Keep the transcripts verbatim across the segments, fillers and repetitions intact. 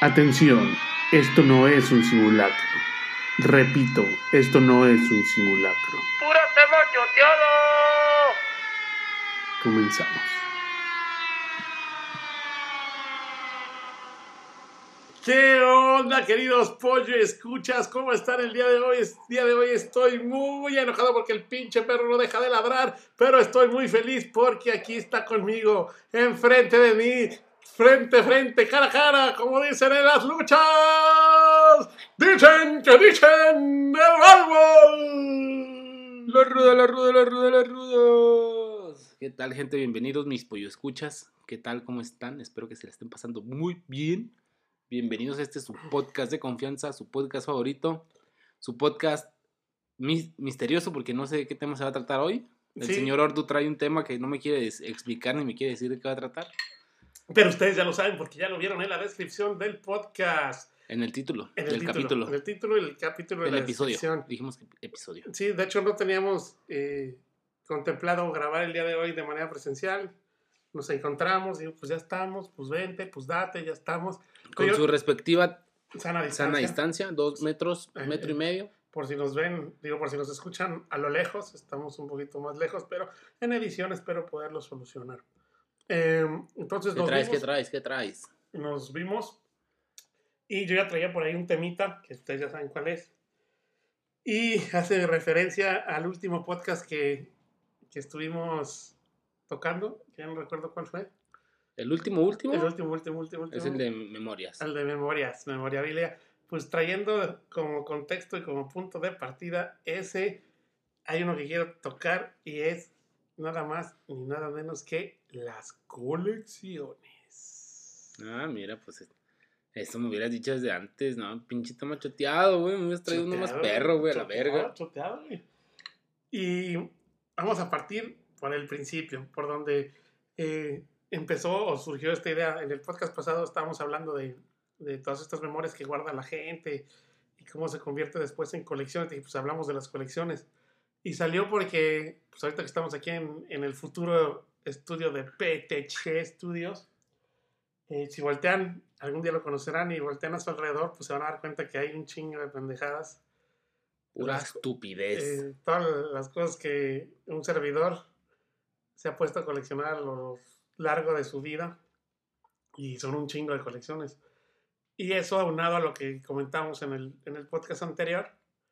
Atención, esto no es un simulacro. Repito, esto no es un simulacro. ¡Pura tema choteado! Comenzamos. ¿Qué onda, queridos pollo escuchas? ¿Cómo están el día de hoy? El día de hoy estoy muy enojado porque el pinche perro no deja de ladrar, pero estoy muy feliz porque aquí está conmigo, enfrente de mí, frente a frente, cara a cara, como dicen en las luchas. Dicen que dicen el árbol. La ruda, la ruda, la ruda, la rudos. ¿Qué tal, gente? Bienvenidos, mis pollo escuchas. ¿Qué tal? ¿Cómo están? Espero que se la estén pasando muy bien. Bienvenidos a este su podcast de confianza, su podcast favorito, su podcast mis- misterioso, porque no sé de qué tema se va a tratar hoy. El Sí. señor Ordu trae un tema que no me quiere des- explicar ni me quiere decir de qué va a tratar. Pero ustedes ya lo saben porque ya lo vieron en la descripción del podcast. En el título En el del título, capítulo, En el título y el capítulo de del la episodio. descripción. Dijimos que episodio. Sí, de hecho no teníamos eh, contemplado grabar el día de hoy de manera presencial. Nos encontramos y pues ya estamos, pues vente, pues date, ya estamos. Con Pero- su respectiva sana distancia. sana distancia, dos metros, Eh, metro y medio. Por si nos ven, digo, por si nos escuchan a lo lejos, estamos un poquito más lejos, pero en edición espero poderlo solucionar. Eh, entonces ¿Qué nos traes? ¿Qué vimos, traes? ¿Qué traes? nos vimos y yo ya traía por ahí un temita, que ustedes ya saben cuál es. Y hace referencia al último podcast que, que estuvimos tocando, que ya no recuerdo cuál fue. El último, último, El último, último, último, último. es el de memorias. El de memorias, memorabilia. Pues trayendo como contexto y como punto de partida ese, hay uno que quiero tocar y es nada más ni nada menos que las colecciones. Ah, mira, pues es- eso me hubieras dicho desde antes, ¿no? Pinche tema choteado, güey. Me hubieras traído uno más Choteado, perro, güey, a la choteado, verga. choteado, güey. Y vamos a partir por el principio, por donde eh, empezó o surgió esta idea. En el podcast pasado estábamos hablando de, de todas estas memorias que guarda la gente y cómo se convierte después en colecciones. Y pues hablamos de las colecciones. Y salió porque, pues ahorita que estamos aquí en, en el futuro estudio de P T C Studios, eh, si voltean, algún día lo conocerán y voltean a su alrededor, pues se van a dar cuenta que hay un chingo de pendejadas. Pura Las- estupidez. Eh, todas las cosas que un servidor se ha puesto a coleccionar a lo largo de su vida y son un chingo de colecciones. Y eso aunado a lo que comentamos en el, en el podcast anterior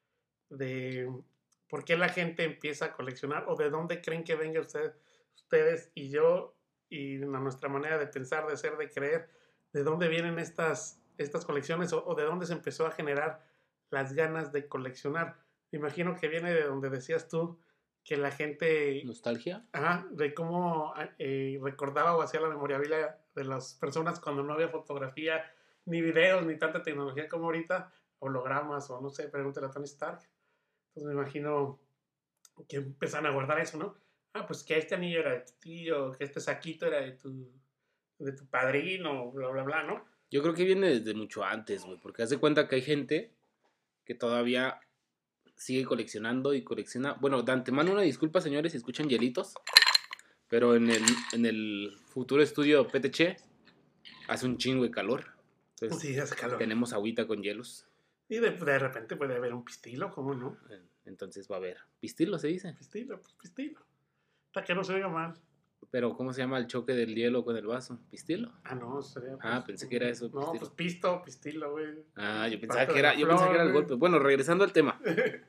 de por qué la gente empieza a coleccionar o de dónde creen que venga usted, ustedes y yo y a nuestra manera de pensar, de ser, de creer, de dónde vienen estas, estas colecciones o, o de dónde se empezó a generar las ganas de coleccionar. Me imagino que viene de donde decías tú que la gente, ¿Nostalgia? ajá, de cómo eh, recordaba o hacía la memorabilia de las personas cuando no había fotografía, ni videos, ni tanta tecnología como ahorita, hologramas o no sé, pregúntale a Tony Stark. Entonces me imagino que empezaron a guardar eso, ¿no? Ah, pues que este anillo era de tu tío, que este saquito era de tu, de tu padrino, bla, bla, bla, ¿no? Yo creo que viene desde mucho antes, güey. Porque haz de cuenta que hay gente que todavía sigue coleccionando y colecciona. Bueno, de antemano una disculpa, señores, si escuchan hielitos. Pero en el, en el futuro estudio P T C hace un chingo de calor. Entonces Sí, hace calor. tenemos agüita con hielos. Y de, de repente puede haber un pistilo, ¿cómo no? Entonces va a haber pistilo, se dice. Pistilo, pues pistilo. Para que no se oiga mal. Pero ¿cómo se llama el choque del hielo con el vaso? ¿Pistilo? Ah, no, sería. Ah, pues, pensé que era eso, No, pistilo. pues pisto, pistilo, güey. Ah, yo pensaba Parte que de era, la yo pensaba que era el flor, golpe. Bueno, regresando al tema.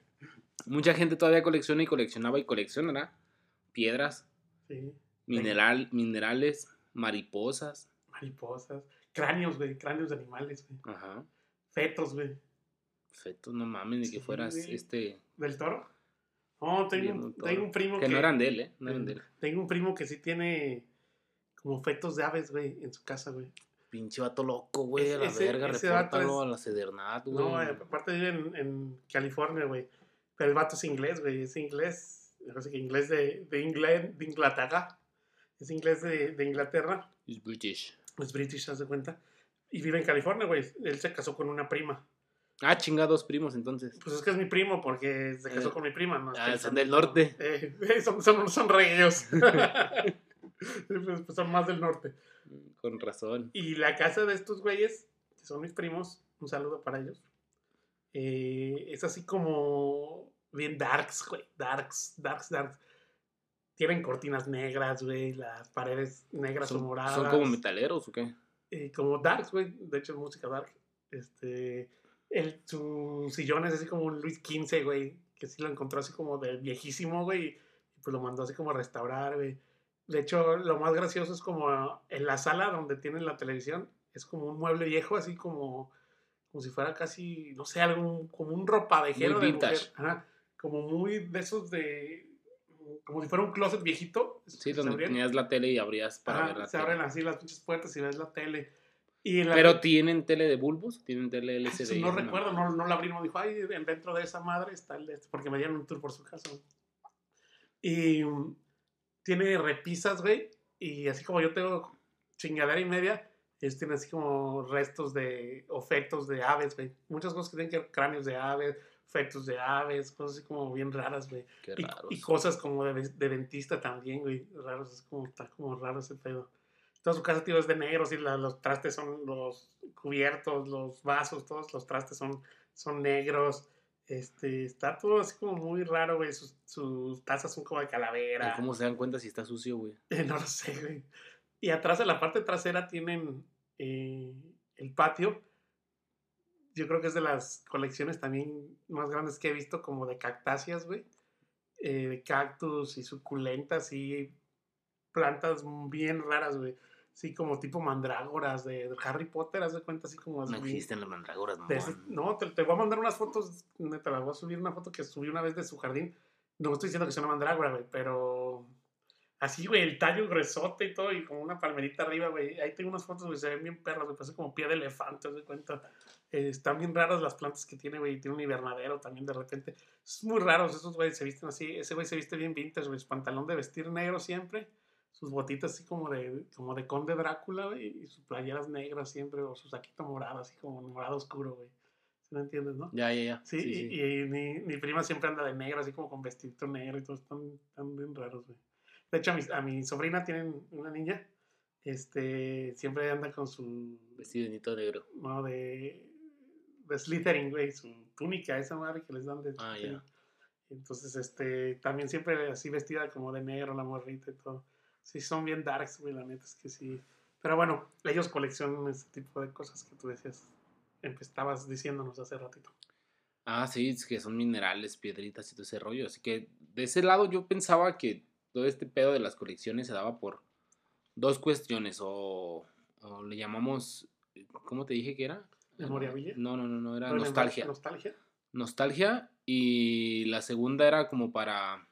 Mucha gente todavía colecciona y coleccionaba y coleccionará piedras, Sí. mineral, minerales, mariposas. Mariposas. Cráneos, güey. Cráneos de animales, güey. Ajá. Fetos, güey. Fetos, no mames, ni que Sí, fueras güey. ¿este? ¿Del toro? No, tengo, Viendo un, un toro. tengo un primo que. Que no eran de él, ¿eh? No eran de eh, él. Tengo un primo que sí tiene como fetos de aves, güey, en su casa, güey. Pinche vato loco, güey, a la Ese- verga, ese vato repórtalo es- a la Sedernat, güey. No, eh, aparte vive en, en California, güey. Pero el vato es inglés, güey. Es inglés. Así que inglés de, de, Ingle- de Inglaterra. Es inglés de, de Inglaterra. Es British. Es british, haz de cuenta. Y vive en California, güey. Él se casó con una prima. Ah, chinga, dos primos entonces. Pues es que es mi primo porque se casó Eh, con mi prima, ¿no? Es ah, que son del norte. Eh, eh, son, son, son reyes. pues, pues son más del norte. Con razón. Y la casa de estos güeyes que son mis primos, un saludo para ellos. Eh, es así como bien darks, güey, darks, darks, darks. Tienen cortinas negras, güey, las paredes negras o ¿Son, moradas. ¿Son como metaleros o qué? Eh, como darks, güey, de hecho es música dark. Este, el, su sillón es así como un Luis quince, güey, que sí lo encontró así como de viejísimo, güey, y pues lo mandó así como a restaurar, güey. De hecho, lo más gracioso es como en la sala donde tienen la televisión, es como un mueble viejo, así como, como si fuera casi, no sé, algún, como un ropavejero Muy de vintage. mujer. Ajá, como muy de esos de, como si fuera un closet viejito. esos Sí, que se donde abrían. tenías la tele y abrías para Ajá, ver la se tele. abren así las pinches puertas y ves la tele. Y en la ¿Pero tienen tele de bulbos? ¿Tienen tele L C D? no esa recuerdo, mamada? no, no la abrimos. Dijo, ay, dentro de esa madre está el de este, porque me dieron un tour por su casa. güey. Y um, tiene repisas, güey. Y así como yo tengo chingadera y media, ellos tienen así como restos de, o fetos de aves, güey. Muchas cosas que tienen que ver, cráneos de aves, fetos de aves, cosas así como bien raras, güey. Qué Y, raros. y cosas como de, de dentista también, güey. Raros, es como, está como raro ese pedo. Toda su casa, tío, es de negro, sí, la, los trastes son los cubiertos, los vasos, todos los trastes son, son negros. Este, está todo así como muy raro, güey. Sus, sus tazas son como de ¿Y calavera. cómo se dan cuenta si está sucio, güey? No lo sé, güey. Y atrás, en la parte trasera, tienen eh, el patio. Yo creo que es de las colecciones también más grandes que he visto, como de cactáceas, güey. Eh, de cactus y suculentas y plantas bien raras, güey. Sí, como tipo mandrágoras de, de Harry Potter, haz de cuenta, así como... No así, existen las mandrágoras, de ese- mamón. no, te, te voy a mandar unas fotos, te las voy a subir una foto que subí una vez de su jardín. No estoy diciendo que sea una mandrágora, güey, pero... Así, güey, el tallo gruesote y todo, y como una palmerita arriba, güey. Ahí tengo unas fotos, güey, se ven bien perras, me parece como pie de elefante, haz de cuenta. Eh, están bien raras las plantas que tiene, güey. Tiene un invernadero también de repente. Es muy raros esos, güey, se visten así. Ese güey se viste bien vintage, güey. Su pantalón de vestir negro siempre. Sus botitas así como de, como de conde Drácula, güey. Y sus playeras negras siempre, o su saquito morado, así como morado oscuro, güey. ¿Sí me entiendes, no? Ya, ya, ya. Sí, Sí, y, sí. y mi, mi prima siempre anda de negro, así como con vestidito negro y todo. Están, están bien raros, güey. De hecho, a mi, a mi sobrina tienen una niña, este, siempre anda con su, Vestido de nito negro. no, de, de Slytherin, güey, su túnica, esa madre que les dan de Ah, Slytherin. ya. Entonces, este, también siempre así vestida como de negro, la morrita y todo. Sí, son bien darks, güey, la neta es que sí. Pero bueno, ellos coleccionan ese tipo de cosas que tú decías, estabas diciéndonos hace ratito. Ah, sí, es que son minerales, piedritas y todo ese rollo. Así que de ese lado yo pensaba que todo este pedo de las colecciones se daba por dos cuestiones. O, o le llamamos, ¿cómo te dije que era? ¿Memorabilia? No, no, no, no, era Remembra- nostalgia. ¿Nostalgia? Nostalgia. Y la segunda era como para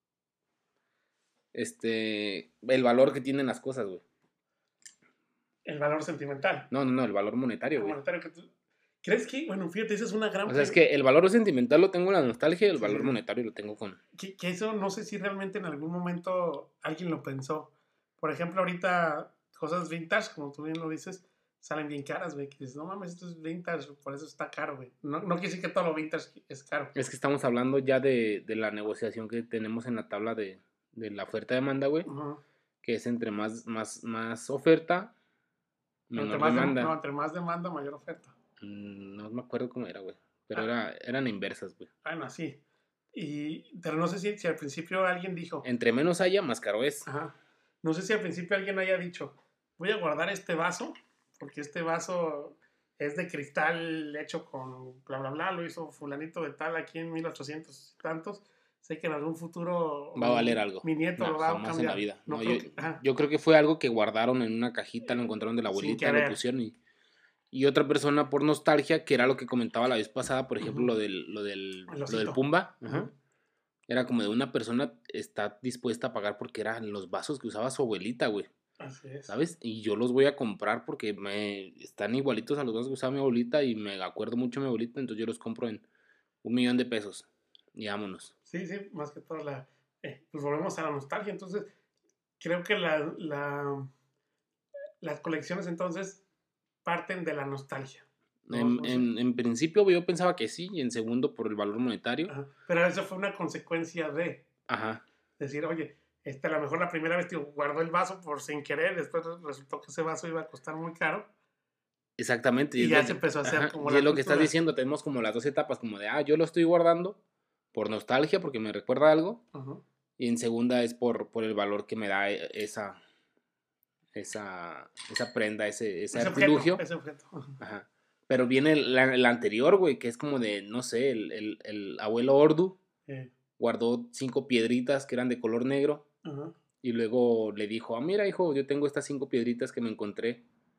este el valor que tienen las cosas, güey. El valor sentimental. No, no, no, el valor monetario, Ah, güey. monetario que tú- ¿Crees que, bueno, fíjate, esa es una gran... O sea, es pre- que el valor sentimental lo tengo en la nostalgia y el Sí, valor sí. monetario lo tengo con... que, que eso no sé si realmente en algún momento alguien lo pensó. Por ejemplo, ahorita cosas vintage, como tú bien lo dices, salen bien caras, güey. Que dices, no mames, esto es vintage, por eso está caro, güey. No, no quiere decir que todo lo vintage es caro. Es que estamos hablando ya de, de la negociación que tenemos en la tabla de, de la oferta-demanda, güey. Ujú. Que es entre más, más, más oferta, menor Entre más, dem- demanda. no, entre más demanda, mayor oferta. Mm, No me acuerdo cómo era, güey. Pero Ah. era, eran inversas, güey. Bueno, así. Y, pero no sé si, si al principio alguien dijo, Entre menos haya, más caro es. ajá, no sé si al principio alguien haya dicho, voy a guardar este vaso, porque este vaso es de cristal hecho con bla, bla, bla, lo hizo fulanito de tal aquí en mil ochocientos y tantos. Sé que en algún futuro Va a valer mi, algo. mi nieto No, lo va a jamás cambiar. en la vida. No No, creo yo, que, ajá, yo creo que fue algo que guardaron en una cajita, lo encontraron de la sin abuelita, lo querer. pusieron y... Y otra persona por nostalgia, que era lo que comentaba la vez pasada, por ejemplo, Ujú. lo del, lo del, El lo del osito. Pumba. Ajá. Ujú. Era como de una persona está dispuesta a pagar porque eran los vasos que usaba su abuelita, güey. Así es. ¿Sabes? Y yo los voy a comprar porque me están igualitos a los vasos que usaba mi abuelita y me acuerdo mucho de mi abuelita, entonces yo los compro en un millón de pesos. Y vámonos. Sí, sí, más que todo la... eh, pues volvemos a la nostalgia. Entonces, creo que la, la, las colecciones entonces parten de la nostalgia. ¿no? En, No sé. en, en principio yo pensaba que sí, y en segundo por el valor monetario. Ajá. Pero eso fue una consecuencia de Ajá. decir, oye, este, a lo mejor la primera vez tío, guardó el vaso por sin querer, después resultó que ese vaso iba a costar muy caro Exactamente. Y, es ya lo se que- empezó a hacer ajá, como y la es lo que estás cultura. diciendo, tenemos como las dos etapas, como de, ah, yo lo estoy guardando por nostalgia, porque me recuerda algo, Ajá. y en segunda es por, por el valor que me da e- esa, esa, esa prenda, ese, ese Ese artilugio. objeto, ese objeto. Ajá. Ajá. Pero viene el, la- el anterior, güey, que es como de, no sé, el, el, el abuelo Ordu Eh, guardó cinco piedritas que eran de color negro ajá. y luego le dijo, ah, mira, hijo, yo tengo estas cinco piedritas que me encontré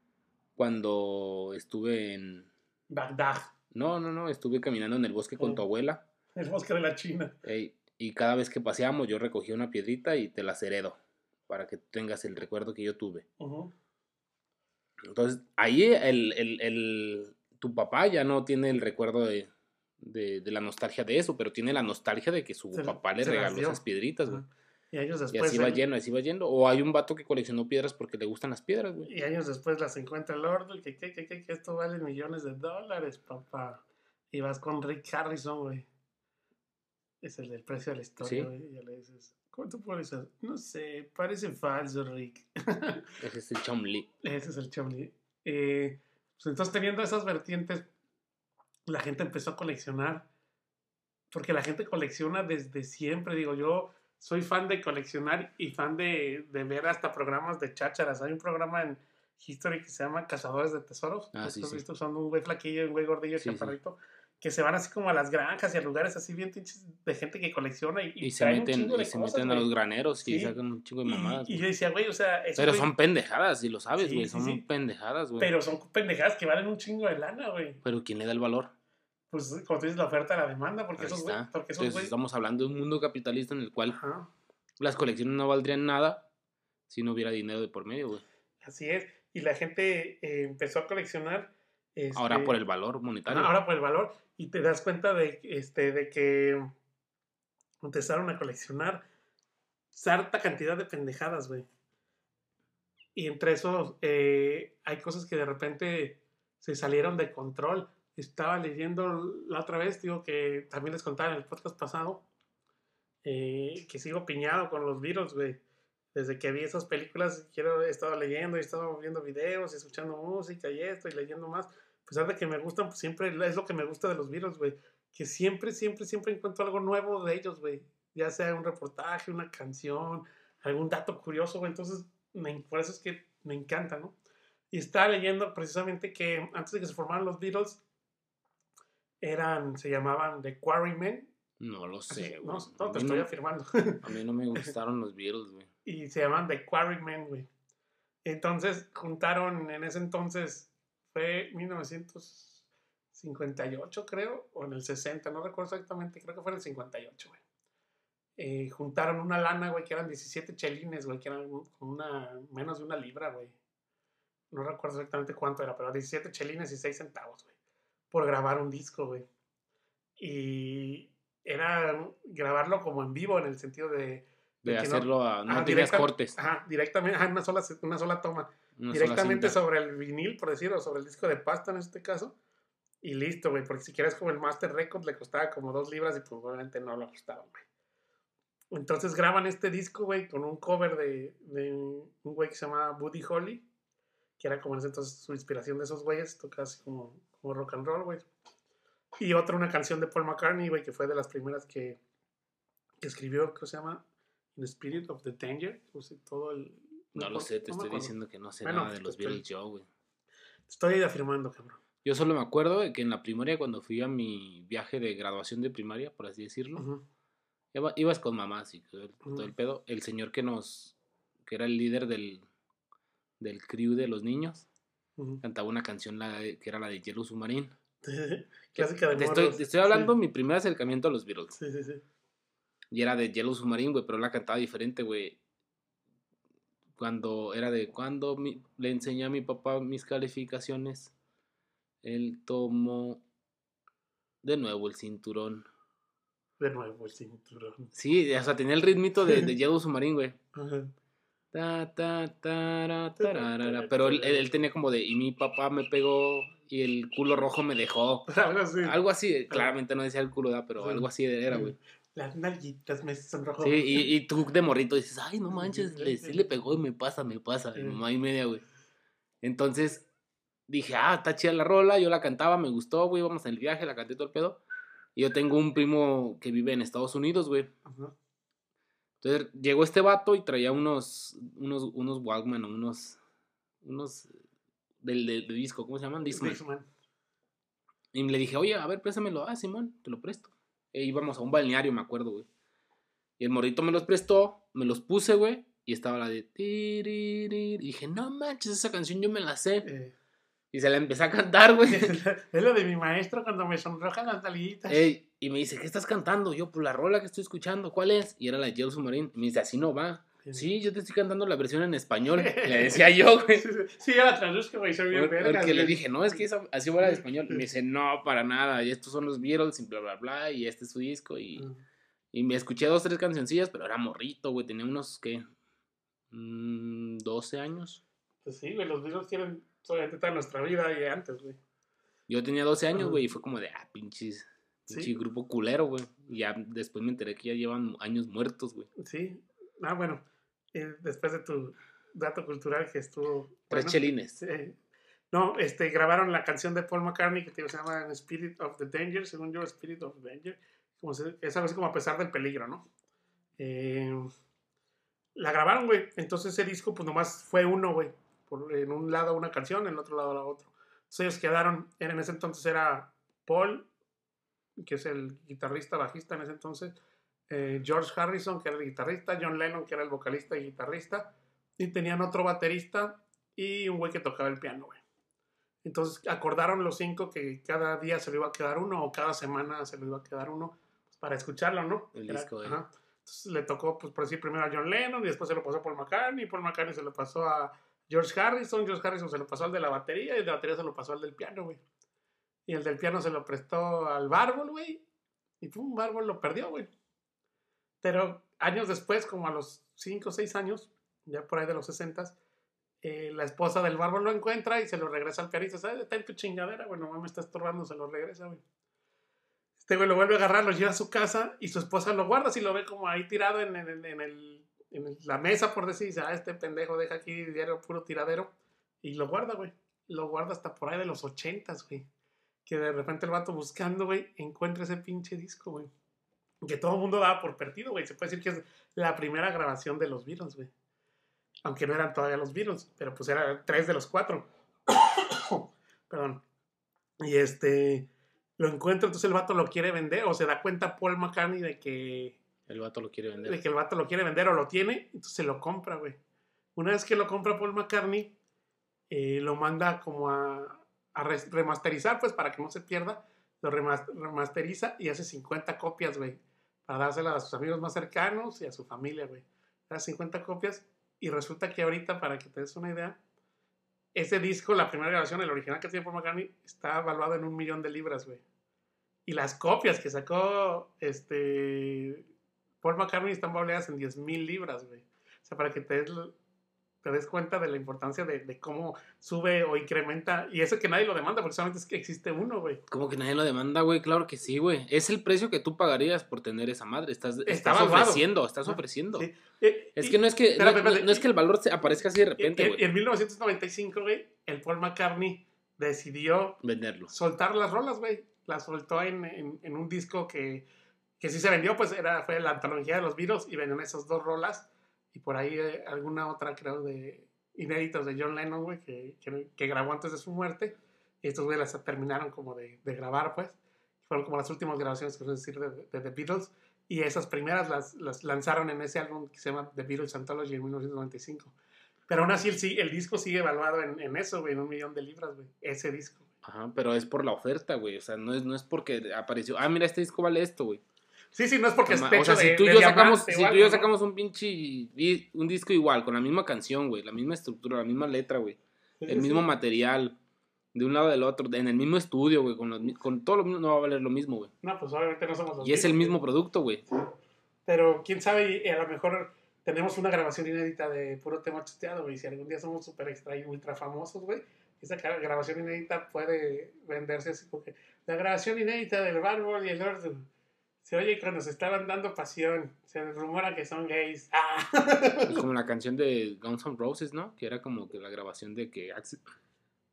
cuando estuve en... Bagdad, No, no, no, estuve caminando en el bosque con tu Eh. abuela el bosque de la China. ey, y cada vez que paseamos yo recogía una piedrita y te las heredo para que tengas el recuerdo que yo tuve. Ajá. Entonces, ahí el, el, el- tu papá ya no tiene el recuerdo de, de, de la nostalgia de eso, pero tiene la nostalgia de que su Se, papá le se las regaló dio. esas piedritas, güey. Ajá. Y años Y después. así va él- yendo, así va yendo. O hay un vato que coleccionó piedras porque le gustan las piedras, güey. Y años después las encuentra el Ordo y que, que, que, que, que esto vale millones de dólares, papá. Y vas con Rick Harrison, güey. Es el del precio de la historia, Sí. güey. Y ya le dices, ¿cuánto por eso? No sé, parece falso, Rick. Ese es el Chomli. Ese es el Chomli. Eh, pues entonces, teniendo esas vertientes, la gente empezó a coleccionar. Porque la gente colecciona desde siempre. Digo, yo soy fan de coleccionar y fan de, de ver hasta programas de chácharas. Hay un programa en History que se llama Cazadores de Tesoros. Ah, ¿Tú sí, has sí. visto? Son un güey flaquillo y un güey gordillo, Sí, sí. chaparrito. Que se van así como a las granjas y a lugares así bien pinches de gente que colecciona y, y Y se traen un meten, chingo de y se cosas, meten a güey. los graneros y Sí. sacan un chingo de Y, mamadas, y güey. yo decía, güey, o sea, esos Pero güey- son pendejadas, y lo sabes, Sí, güey. sí, son sí. pendejadas, güey. pero son pendejadas que valen un chingo de lana, güey. Pero ¿quién le da el valor? Pues como tú dices, la oferta a la demanda, porque Ahí esos güey, está. porque esos Entonces güey, estamos hablando de un mundo capitalista en el cual ajá, las colecciones no valdrían nada si no hubiera dinero de por medio, güey. así es. Y la gente eh, empezó a coleccionar. Este, Ahora por el valor monetario. ajá, ahora por el valor. Y te das cuenta de, este, de que empezaron a coleccionar harta cantidad de pendejadas, güey. Y entre esos eh, hay cosas que de repente se salieron de control. Estaba leyendo la otra vez, digo que también les contaba en el podcast pasado, eh, que sigo piñado con los Beatles, güey. Desde que vi esas películas, quiero, he estado leyendo, he estado viendo videos, escuchando música y esto, y leyendo más. A pesar de que me gustan, pues siempre es lo que me gusta de los Beatles, güey. Que siempre, siempre, siempre encuentro algo nuevo de ellos, güey. Ya sea un reportaje, una canción, algún dato curioso, güey. Entonces, me, por eso es que me encanta, ¿no? Y estaba leyendo precisamente que antes de que se formaran los Beatles, eran, se llamaban The Quarrymen. No lo sé, Así, güey. no, A no, te mí estoy no- afirmando. A mí no me gustaron los Beatles, güey. Y se llaman The Quarrymen, güey. Entonces juntaron en ese entonces, fue mil novecientos cincuenta y ocho creo, o en el sesenta, no recuerdo exactamente, creo que fue en el cincuenta y ocho, güey. Eh, juntaron una lana, güey, que eran diecisiete chelines, güey, que eran una, menos de una libra, güey. No recuerdo exactamente cuánto era, pero diecisiete chelines y seis centavos, güey, por grabar un disco, güey. Y era grabarlo como en vivo, en el sentido de... De que hacerlo a... No ajá, tenías directa- cortes. Ajá, directamente, ajá, una sola, una sola toma. Una Directamente sola cinta. sobre el vinil, por decirlo, sobre el disco de pasta en este caso. Y listo, güey, porque si quieres como el Master Record le costaba como dos libras y pues obviamente no lo costaba, güey. Entonces graban este disco, güey, con un cover de, de un güey que se llama Buddy Holly, que era como en ese entonces su inspiración de esos güeyes, toca así como, como rock and roll, güey. Y otra, una canción de Paul McCartney, güey, que fue de las primeras que, que escribió, ¿qué se llama? In the Spirit of the Danger. O sea, todo el, No lo sé, te no me estoy acuerdo. diciendo que no sé Bueno, nada de pues, los te estoy- Beatles yo, güey. Estoy afirmando, cabrón. Yo solo me acuerdo de que en la primaria, cuando fui a mi viaje de graduación de primaria, por así decirlo, Ujú. iba- ibas con mamás y todo el, todo el Ujú. pedo. El señor que nos... que era el líder del, del crew de los niños, Ujú. cantaba una canción la de- que era la de Yellow Submarine. Clásica de Te estoy, morros. te estoy hablando Sí. mi primer acercamiento a los Beatles. Sí, sí, sí. Y era de Yellow Submarine, güey, pero la cantaba diferente, güey. Cuando era de cuando mi- le enseñé a mi papá mis calificaciones, él tomó de nuevo el cinturón. De nuevo el cinturón. Sí, o sea, tenía el ritmito de, de Yellow Submarine, güey. Ajá. Ta, ta, tara, tararara. Pero él, él- él tenía como de, y mi papá me pegó y el culo rojo me dejó. Algo así. Algo así, claramente no decía el culo, ¿da? Pero Sí. algo así era, güey. Las nalguitas me sonrojó. Sí, y, y tú de morrito dices, ay, no manches, le, sí le pegó y me pasa, me pasa. Y mamá y media, güey. Entonces, dije, ah, está chida la rola, yo la cantaba, me gustó, güey, vamos en el viaje, la canté todo el pedo. Y yo tengo un primo que vive en Estados Unidos, güey. Ajá. Entonces llegó este vato y traía unos, unos, unos Walkman o unos, unos del de, de disco, ¿cómo se llaman? Discman. Discman. Y le dije, oye, a ver, préstamelo. Ah, Simón, te lo presto. E íbamos a un balneario, me acuerdo, güey. Y el morrito me los prestó, me los puse, güey. Y estaba la de... tiririr. Y dije, no manches, esa canción yo me la sé. Eh, Y se la empecé a cantar, güey. es lo de mi maestro cuando me sonrojan las nalguitas. Ey, y me dice, ¿qué estás cantando? Yo, pues la rola que estoy escuchando, ¿cuál es? Y era la de Yellow Submarine. Y me dice, así no va. Sí. Sí, yo te estoy cantando la versión en español. Le decía yo, güey. Sí, sí, ya la traduzco, güey, soy bien Porque vergas, le güey. dije, no, es que esa- así va la de español. Y me dice, no, para nada. Y estos son los Beatles y bla, bla, bla. Y este es su disco. Y, Mm. y me escuché dos, tres cancioncillas, pero era morrito, güey. Tenía unos, ¿qué? Mm, doce años. Pues sí, güey, los Beatles tienen solamente toda nuestra vida y antes, güey. Yo tenía doce años, Ajá. güey. Y fue como de, ah, pinches. Pinche Sí. grupo culero, güey. Y ya después me enteré que ya llevan años muertos, güey. Sí. Ah, bueno. eh, después de tu dato cultural que estuvo... Tres bueno, chelines. eh, no, este, grabaron la canción de Paul McCartney que te- se llama Spirit of the Danger, según yo, Spirit of the Danger. Como se- es algo así como a pesar del peligro, ¿no? Eh, la grabaron, güey. Entonces ese disco, pues nomás fue uno, güey. Por- En un lado una canción, en el otro lado la otra. Entonces ellos quedaron, era- en ese entonces era Paul, que es el guitarrista, bajista en ese entonces, eh, George Harrison, que era el guitarrista, John Lennon, que era el vocalista y guitarrista, y tenían otro baterista y un güey que tocaba el piano, güey. Entonces acordaron los cinco que cada día se le iba a quedar uno o cada semana se le iba a quedar uno pues, para escucharlo, ¿no? El Era- disco, eh. ajá. Entonces le tocó, pues por decir, primero a John Lennon y después se lo pasó a Paul McCartney, Paul McCartney se lo pasó a George Harrison, George Harrison se lo pasó al de la batería y el de la batería se lo pasó al del piano, güey. Y el del piano se lo prestó al Bárbol, güey. Y pum, Bárbol lo perdió, güey. Pero años después, como a los cinco o seis años, ya por ahí de los sesentas, eh, la esposa del Bárbol lo encuentra y se lo regresa al pianista. ¿Sabes? Está en tu chingadera, güey, nomás me está estorbando, se lo regresa, güey. Este güey lo vuelve a agarrar, lo lleva a su casa y su esposa lo guarda, así lo ve como ahí tirado en, en, en, el, en el- la mesa, por decir, dice, ah, este pendejo deja aquí diario puro tiradero. Y lo guarda, güey. Lo guarda hasta por ahí de los ochentas, güey. Que de repente el vato buscando, güey, encuentra ese pinche disco, güey. Que todo el mundo daba por perdido, güey. Se puede decir que es la primera grabación de los Beatles, güey. Aunque no eran todavía los Beatles, pero pues eran tres de los cuatro. Perdón. Y este, lo encuentra, entonces el vato lo quiere vender, o se da cuenta Paul McCartney de que, El vato lo quiere de vender. que el vato lo quiere vender o lo tiene, entonces se lo compra, güey. Una vez que lo compra Paul McCartney, eh, lo manda como a, a res- remasterizar, pues para que no se pierda. Lo remas- remasteriza y hace cincuenta copias, güey, para dárselas a sus amigos más cercanos y a su familia, güey. Hace cincuenta copias y resulta que ahorita, para que te des una idea, ese disco, la primera grabación, el original que tiene Paul McCartney, está evaluado en un millón de libras, güey. Y las copias que sacó este Paul McCartney están valuadas en diez mil libras, güey. O sea, para que te des, te des cuenta de la importancia de, de cómo sube o incrementa. Y eso que nadie lo demanda, porque solamente es que existe uno, güey. ¿Cómo que nadie lo demanda, güey? Claro que sí, güey. Es el precio que tú pagarías por tener esa madre. Estás, Está estás valuado. ofreciendo, estás Ah, ofreciendo. Sí. Eh, Es y- que no es que, espérate, no, espérate, no es y- que el valor se aparezca así de repente, y- y güey. en mil novecientos noventa y cinco, güey, el Paul McCartney decidió Venderlo. soltar las rolas, güey. Las soltó en, en, en un disco que, que sí se vendió, pues era, fue la antología de los Beatles y vendieron esas dos rolas y por ahí eh, alguna otra, creo, de inéditos de John Lennon, güey, que, que, que grabó antes de su muerte y estos güey las terminaron como de, de grabar, pues. Fueron como las últimas grabaciones, que es decir, de, de The Beatles y esas primeras las, las lanzaron en ese álbum que se llama The Beatles Anthology en mil novecientos noventa y cinco. Pero aún así el, sí- el disco sigue evaluado en, en eso, güey, en un millón de libras, güey. Ese disco. Ajá, pero es por la oferta, güey. O sea, no es, no es porque apareció. Ah, mira, este disco vale esto, güey. Sí, sí, no es porque O esté sea, hecho si de, tú y de yo diamante sacamos, o si tú y algo, yo ¿no? sacamos un pinche di- un disco igual, con la misma canción, güey, la misma estructura, la misma letra, güey, Sí, el sí, mismo sí. material, de un lado del otro, en el mismo estudio, güey, con, los mi- con todo lo mismo, no va a valer lo mismo, güey. No, pues obviamente no somos los Y es el mismos, mismo producto, güey. güey. Pero quién sabe, y a lo mejor tenemos una grabación inédita de puro tema chuteado, güey. Si algún día somos súper extra y ultra famosos, güey, esa ca- grabación inédita puede venderse así porque la grabación inédita del Bárbol y el Ordu se oye cuando se estaban dando pasión. Se rumora que son gays. ¡Ah! Es como la canción de Guns N' Roses, ¿no? Que era como que la grabación de que Axl,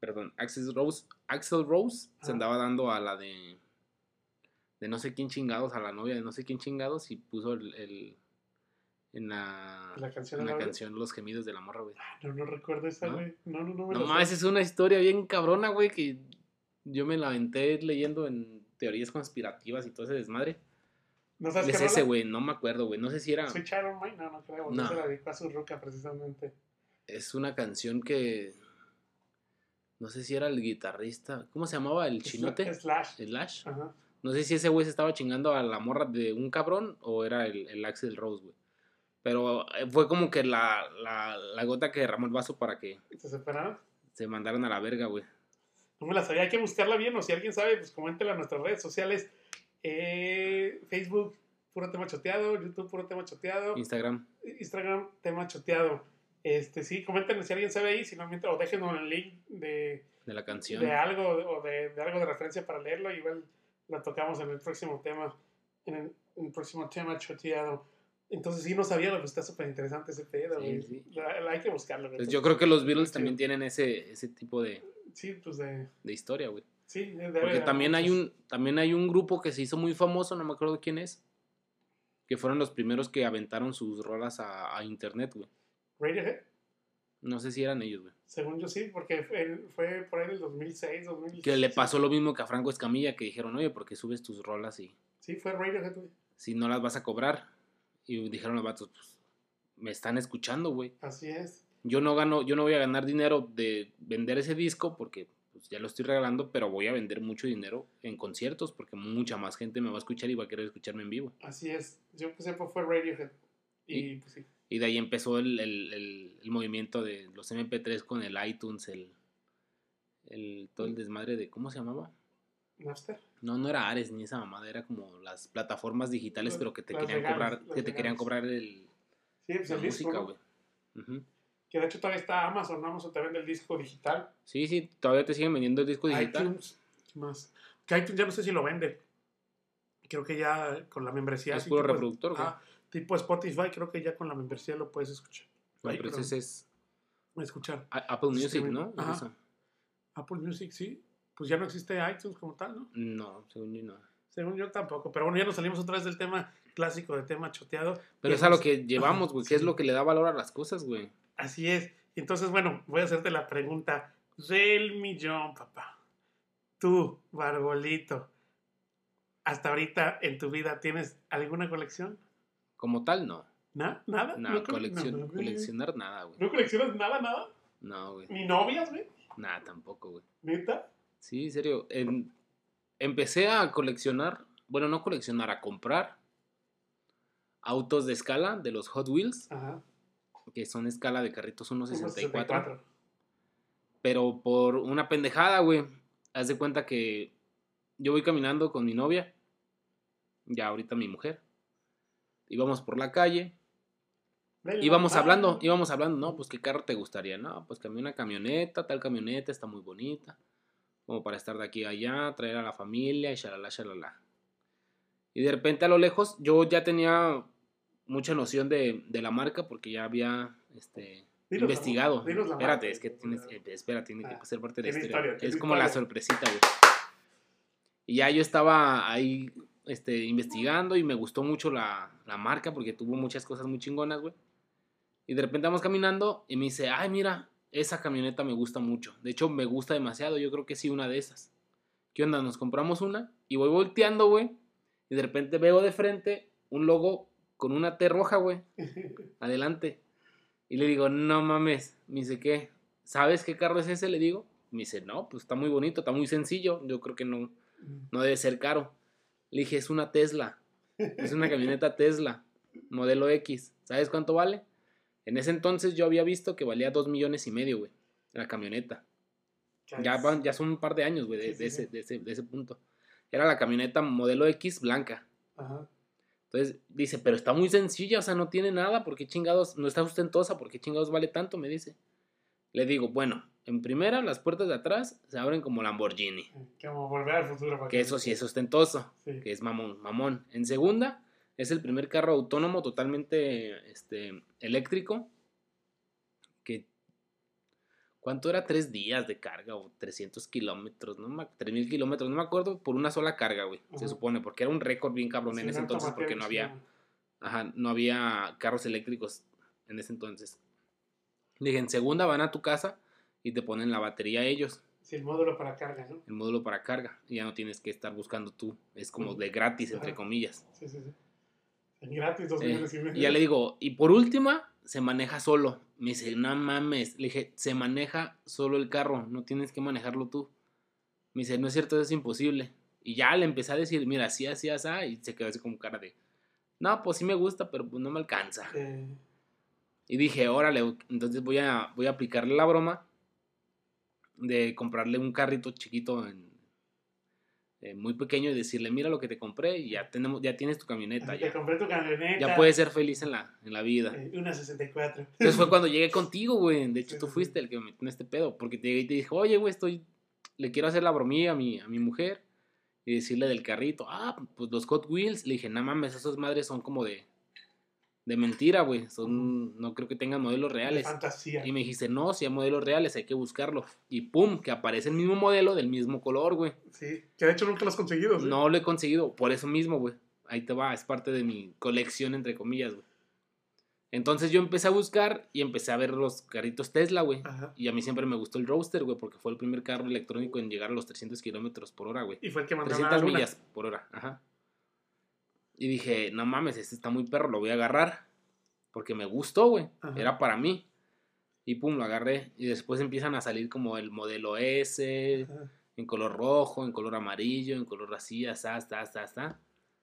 perdón, Axel Rose, Axel Rose Ajá. se andaba dando a la de, de no sé quién chingados, a la novia de no sé quién chingados y puso el, el en la, ¿La canción en de la la canción Los gemidos de la morra, güey. Ah, no, no recuerdo esa, ¿No? güey. No, no, no me No lo más, sé. es una historia bien cabrona, güey, que yo me la aventé leyendo en teorías conspirativas y todo ese desmadre. ¿No sabes Es qué ese, rola? güey, no me acuerdo, güey. No sé si era. Soy Sharon May, no, no creo. No. No. Se la dedicó a su ruca precisamente. Es una canción que. No sé si era el guitarrista. ¿Cómo se llamaba? ¿El chinote? Slash. ¿Slash? Ajá. No sé si ese güey se estaba chingando a la morra de un cabrón o era el, el Axel Rose, güey. Pero fue como que la, la, la gota que derramó el vaso para que ¿Se separaron? se mandaran a la verga, güey. No me la sabía, hay que buscarla bien, o si alguien sabe, pues coméntela en nuestras redes sociales. Eh, Facebook, Puro Tema Choteado, YouTube, Puro Tema Choteado, Instagram. Instagram, Tema Choteado. Este, sí, comenten si alguien sabe ahí, si no, mientras, o déjenos el link de, De la canción. de algo, o de, de algo de referencia para leerlo, y igual la tocamos en el próximo tema, en el, en el próximo Tema Choteado. Entonces sí no sabía, lo que está súper interesante ese pedo, Sí, güey. sí. La- la- hay que buscarlo, güey. Pues yo creo que los Beatles Sí. también tienen ese, ese tipo de, Sí, pues de... de historia, güey. Sí, debe Porque haber también hay, muchos. un, también hay un grupo que se hizo muy famoso, no me acuerdo quién es, que fueron los primeros que aventaron sus rolas a, a internet, güey. Radiohead, No sé si eran ellos, güey. según yo sí, porque fue, fue por ahí del dos mil seis, dos mil siete. Que le pasó lo mismo que a Franco Escamilla, que dijeron, oye, ¿por qué subes tus rolas y Sí, fue Radiohead, güey. si no las vas a cobrar? Y dijeron los vatos, pues, me están escuchando, güey. Así es. Yo no gano, yo no voy a ganar dinero de vender ese disco porque pues, ya lo estoy regalando, pero voy a vender mucho dinero en conciertos porque mucha más gente me va a escuchar y va a querer escucharme en vivo. Así es. Yo que sepa fue Radiohead. Y, Y- pues sí. Y de ahí empezó el, el, el, el movimiento de los eme pe tres con el iTunes, el, el todo el desmadre de, ¿cómo se llamaba? Napster. No, no era Ares ni esa mamada, era como las plataformas digitales, Las- pero que te las querían legales, cobrar, las que te querían legales. cobrar el, Sí, pues la el disco, música, ¿no? güey. Ujú. Que de hecho todavía está Amazon. Amazon te vende el disco digital. Sí, sí, todavía te siguen vendiendo el disco digital. iTunes. ¿Qué más? Que iTunes ya no sé si lo vende. Creo que ya con la membresía. Es así puro tipo- reproductor, güey. Ah, tipo Spotify, creo que ya con la membresía lo puedes escuchar. No, Ay, pero perdón. ese es Escuchar. A- Apple Music, Streaming. ¿no? Ajá. Eso. Apple Music, sí. Pues ya no existe iTunes como tal, ¿no? No, según yo no. Según yo tampoco. Pero bueno, ya nos salimos otra vez del tema clásico, del tema choteado. Pero Y es a lo nos- que llevamos, güey, que es Sí. lo que le da valor a las cosas, güey. Así es. Entonces, bueno, voy a hacerte la pregunta del millón, papá. Tú, Barbolito, hasta ahorita en tu vida, ¿tienes alguna colección? Como tal, no. ¿Nada? ¿Nada? No, cole- coleccion- no, güey. coleccionar nada, güey. ¿No coleccionas nada, nada? No, güey. ¿Ni novias, güey? Nada, tampoco, güey. ¿Neta? Sí, en serio. En- empecé a coleccionar, bueno, no coleccionar, a comprar autos de escala de los Hot Wheels, Ajá. que son escala de carritos uno Como sesenta y cuatro. sesenta y cuatro. Pero por una pendejada, güey. Haz de cuenta que yo voy caminando con mi novia, ya ahorita mi mujer. Íbamos por la calle, Ven, íbamos papá. hablando, íbamos hablando, no, pues qué carro te gustaría, no, pues que a mí una camioneta, tal camioneta, está muy bonita, como para estar de aquí a allá, traer a la familia y shalala, shalala. Y de repente a lo lejos, yo ya tenía mucha noción de, de la marca porque ya había este, Dinos la- investigado. dinos la Espérate, marca. es que tienes, eh, espera, tiene Ah, que ser parte de la tiene historia. historia, tiene Es como la historia. sorpresita, güey. Y ya yo estaba ahí este, investigando y me gustó mucho la, la marca porque tuvo muchas cosas muy chingonas, güey. Y de repente vamos caminando y me dice, ay, mira, esa camioneta me gusta mucho. De hecho, me gusta demasiado. Yo creo que sí, una de esas. ¿Qué onda? Nos compramos una y voy volteando, güey. Y de repente veo de frente un logo con una T roja, güey. Adelante. Y le digo, no mames. Me dice, ¿qué? ¿Sabes qué carro es ese? Le digo. Me dice, no, pues está muy bonito, está muy sencillo. Yo creo que no, no debe ser caro. Le dije, es una Tesla. Es una camioneta Tesla, modelo X. ¿Sabes cuánto vale? En ese entonces yo había visto que valía dos millones y medio, güey, la camioneta. Ya, van, ya son un par de años, güey, de, Sí, sí, de, ese, sí. de, ese, de ese punto. Era la camioneta modelo X blanca. Ajá. Entonces dice, pero está muy sencilla, o sea, no tiene nada, ¿por qué chingados? No está ostentosa, ¿por qué chingados vale tanto? Me dice. Le digo, bueno, en primera, las puertas de atrás se abren como Lamborghini. Como volver al futuro. para Que eso sí es ostentoso, Sí. que es mamón, mamón. En segunda, es el primer carro autónomo totalmente este, eléctrico que ¿Cuánto era? Tres días de carga o trescientos kilómetros, no tres mil kilómetros, no me acuerdo, por una sola carga, güey, uh-huh. Se supone, porque era un récord bien cabrón sí, en ese entonces, porque no había, ajá, no había carros eléctricos en ese entonces. Dije, en segunda van a tu casa y te ponen la batería ellos. Sí, el módulo para carga, ¿no? El módulo para carga, y ya no tienes que estar buscando tú, es como de gratis, ajá. Entre comillas. Sí, sí, sí. Gratis, dos millones eh, y medio. Y ya le digo, y por última, se maneja solo. Me dice, no mames. Le dije, se maneja solo el carro, no tienes que manejarlo tú. Me dice, no es cierto, eso es imposible. Y ya le empecé a decir, mira, así, así, así, y se quedó así como cara de, no, pues sí me gusta, pero pues no me alcanza. Eh. Y dije, órale, entonces voy a, voy a aplicarle la broma de comprarle un carrito chiquito en, eh, muy pequeño y decirle, mira lo que te compré y ya tenemos, ya tienes tu camioneta. Te Ya. compré tu camioneta. Ya puedes ser feliz en la, en la vida. Eh, una sesenta y cuatro. Entonces fue cuando llegué contigo, güey. De hecho, sí, tú sí, fuiste sí. el que me metió en este pedo. Porque te llegué y te dije, oye, güey, estoy, le quiero hacer la bromilla a mi, a mi mujer y decirle del carrito. Ah, pues los Hot Wheels. Le dije, no mames, esas madres son como de, de mentira, güey. Son, uh-huh. No creo que tengan modelos reales. De fantasía. Y me dijiste, no, si hay modelos reales, hay que buscarlo. Y pum, que aparece el mismo modelo del mismo color, güey. Sí, que de hecho nunca lo has conseguido, ¿sí? No lo he conseguido, por eso mismo, güey. Ahí te va, es parte de mi colección, entre comillas, güey. Entonces yo empecé a buscar y empecé a ver los carritos Tesla, güey. Ajá. Y a mí siempre me gustó el Roadster, güey, porque fue el primer carro electrónico en llegar a los trescientos kilómetros por hora, güey. Y fue el que mandó trescientas a la millas por hora, ajá. Y dije, no mames, este está muy perro, lo voy a agarrar. Porque me gustó, güey. Era para mí. Y pum, lo agarré. Y después empiezan a salir como el modelo S, ajá. En color rojo, en color amarillo, en color así, hasta, hasta, hasta, hasta.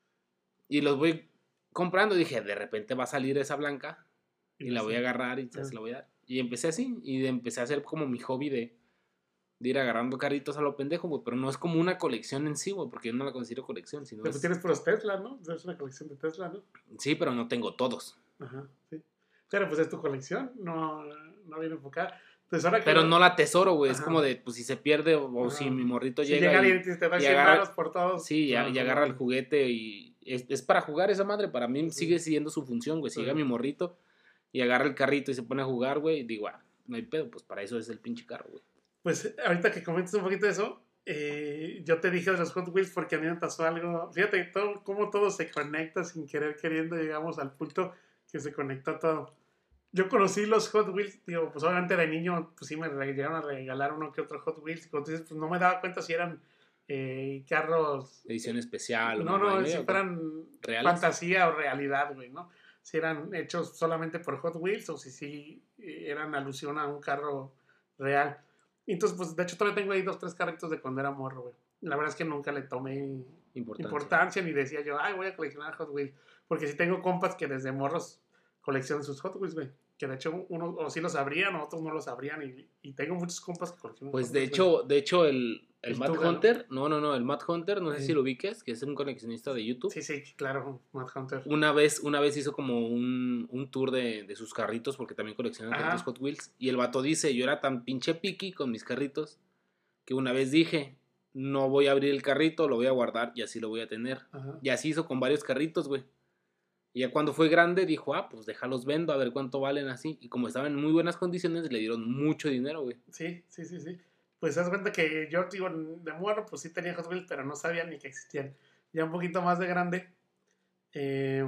Y los voy comprando. Dije, de repente va a salir esa blanca. Y, y la voy a agarrar y se la voy a dar. Y empecé así. Y empecé a hacer como mi hobby de, de ir agarrando carritos a lo pendejo, güey. Pero no es como una colección en sí, güey. Porque yo no la considero colección. Sino pero es... tienes puros Tesla, ¿no? Es una colección de Tesla, ¿no? Sí, pero no tengo todos. Ajá, sí. Pero pues es tu colección. No, no viene enfocada. Pues ahora que pero lo... no la atesoro, güey. Es como de, pues si se pierde o, o si mi morrito si llega. llega y, y te da cien varos por todos. Sí, y, y agarra el juguete y es, es para jugar esa madre. Para mí sí. sigue siendo su función, güey. Si sí. Llega mi morrito y agarra el carrito y se pone a jugar, güey, y digo, ah, no hay pedo, pues para eso es el pinche carro, güey. Pues ahorita que comentas un poquito de eso, eh, yo te dije de los Hot Wheels porque a mí me pasó algo. Fíjate todo, cómo todo se conecta sin querer queriendo. Llegamos al punto que se conectó todo. Yo conocí los Hot Wheels, digo, pues obviamente de niño, pues sí me llegaron a regalar uno que otro Hot Wheels, y entonces pues no me daba cuenta si eran eh, carros... Edición especial. No, no, si fueran ¿reales? Fantasía o realidad, güey, ¿no? Si eran hechos solamente por Hot Wheels o si sí eran alusión a un carro real. Entonces, pues de hecho todavía tengo ahí dos, tres carritos de cuando era morro, güey. La verdad es que nunca le tomé importancia, importancia ni decía yo, ay, voy a coleccionar Hot Wheels. Porque sí tengo compas que desde morros coleccionan sus Hot Wheels, güey. Que de hecho unos o sí los abrían o otros no los abrían. Y, y tengo muchos compas que coleccionan. Pues Hot de Wheels, hecho, güey. de hecho el, el, el Matt Tuga, Hunter, ¿no? no, no, no, el Matt Hunter, no sé sí. si lo ubiques, que es un coleccionista de YouTube. Sí, sí, claro, Matt Hunter. Una vez, una vez hizo como un, un tour de, de sus carritos, porque también colecciona carritos Hot Wheels. Y el vato dice, yo era tan pinche picky con mis carritos, que una vez dije, no voy a abrir el carrito, lo voy a guardar y así lo voy a tener. Ajá. Y así hizo con varios carritos, güey. Y ya cuando fue grande dijo, ah, pues déjalos vendo, a ver cuánto valen así. Y como estaban en muy buenas condiciones, le dieron mucho dinero, güey. Sí, sí, sí, sí. Pues te das cuenta que yo, digo, de muero, pues sí tenía Hot Wheels, pero no sabía ni que existían. Ya un poquito más de grande, eh,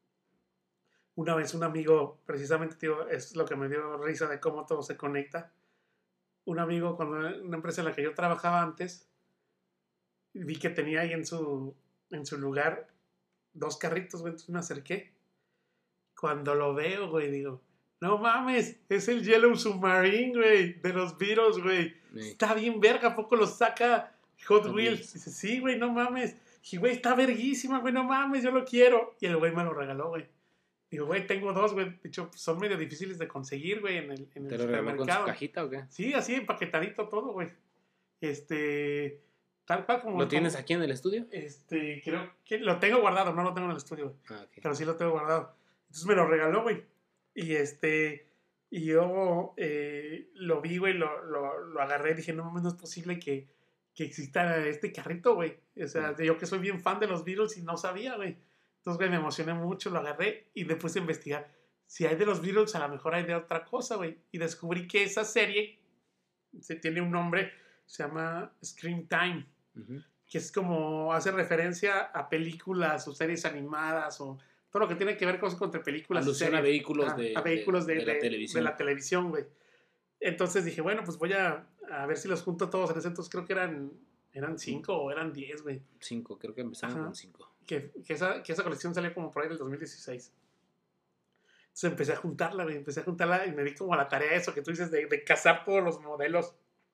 una vez un amigo, precisamente, tío, es lo que me dio risa de cómo todo se conecta. Un amigo, cuando una empresa en la que yo trabajaba antes, vi que tenía ahí en su, en su lugar dos carritos, güey, entonces me acerqué. Cuando lo veo, güey, digo, no mames, es el Yellow Submarine, güey, de los Beatles, güey. Sí. Está bien verga, ¿a poco lo saca Hot, Hot Wheels? Wheels? Dice, sí, güey, no mames. Y, güey, está verguísima, güey, no mames, yo lo quiero. Y el güey me lo regaló, güey. Digo, güey, tengo dos, güey. De hecho, son medio difíciles de conseguir, güey, en el, en el ¿te lo regaló con su cajita o qué? Sí, así, empaquetadito todo, güey. Este... Tal cual como... ¿Lo tienes como, aquí en el estudio? Este, creo que lo tengo guardado, no lo tengo en el estudio, güey. Ah, okay. Pero sí lo tengo guardado. Entonces me lo regaló, güey. Y este... Y yo eh, lo vi, güey, lo, lo, lo agarré y dije, no mames, no es posible que, que exista este carrito, güey. O sea, sí. Yo que soy bien fan de los Beatles y no sabía, güey. Entonces, güey, me emocioné mucho, lo agarré y me puse a investigar. Si hay de los Beatles, a lo mejor hay de otra cosa, güey. Y descubrí que esa serie se tiene un nombre, se llama Screen Time, Uh-huh. que es como hace referencia a películas o series animadas o todo lo que tiene que ver con entre películas Alusión y series. a vehículos a, de, a vehículos de, de, de la de, televisión. de la televisión, güey. Entonces dije, bueno, pues voy a, a ver si los junto todos. En ese entonces creo que eran, eran cinco o eran diez, güey. Cinco, creo que empezamos Ajá. con cinco. Que, que, esa, que esa colección salió como por ahí del dos mil dieciséis. Entonces empecé a juntarla, güey. Empecé a juntarla y me di como a la tarea eso que tú dices de, de cazar todos los modelos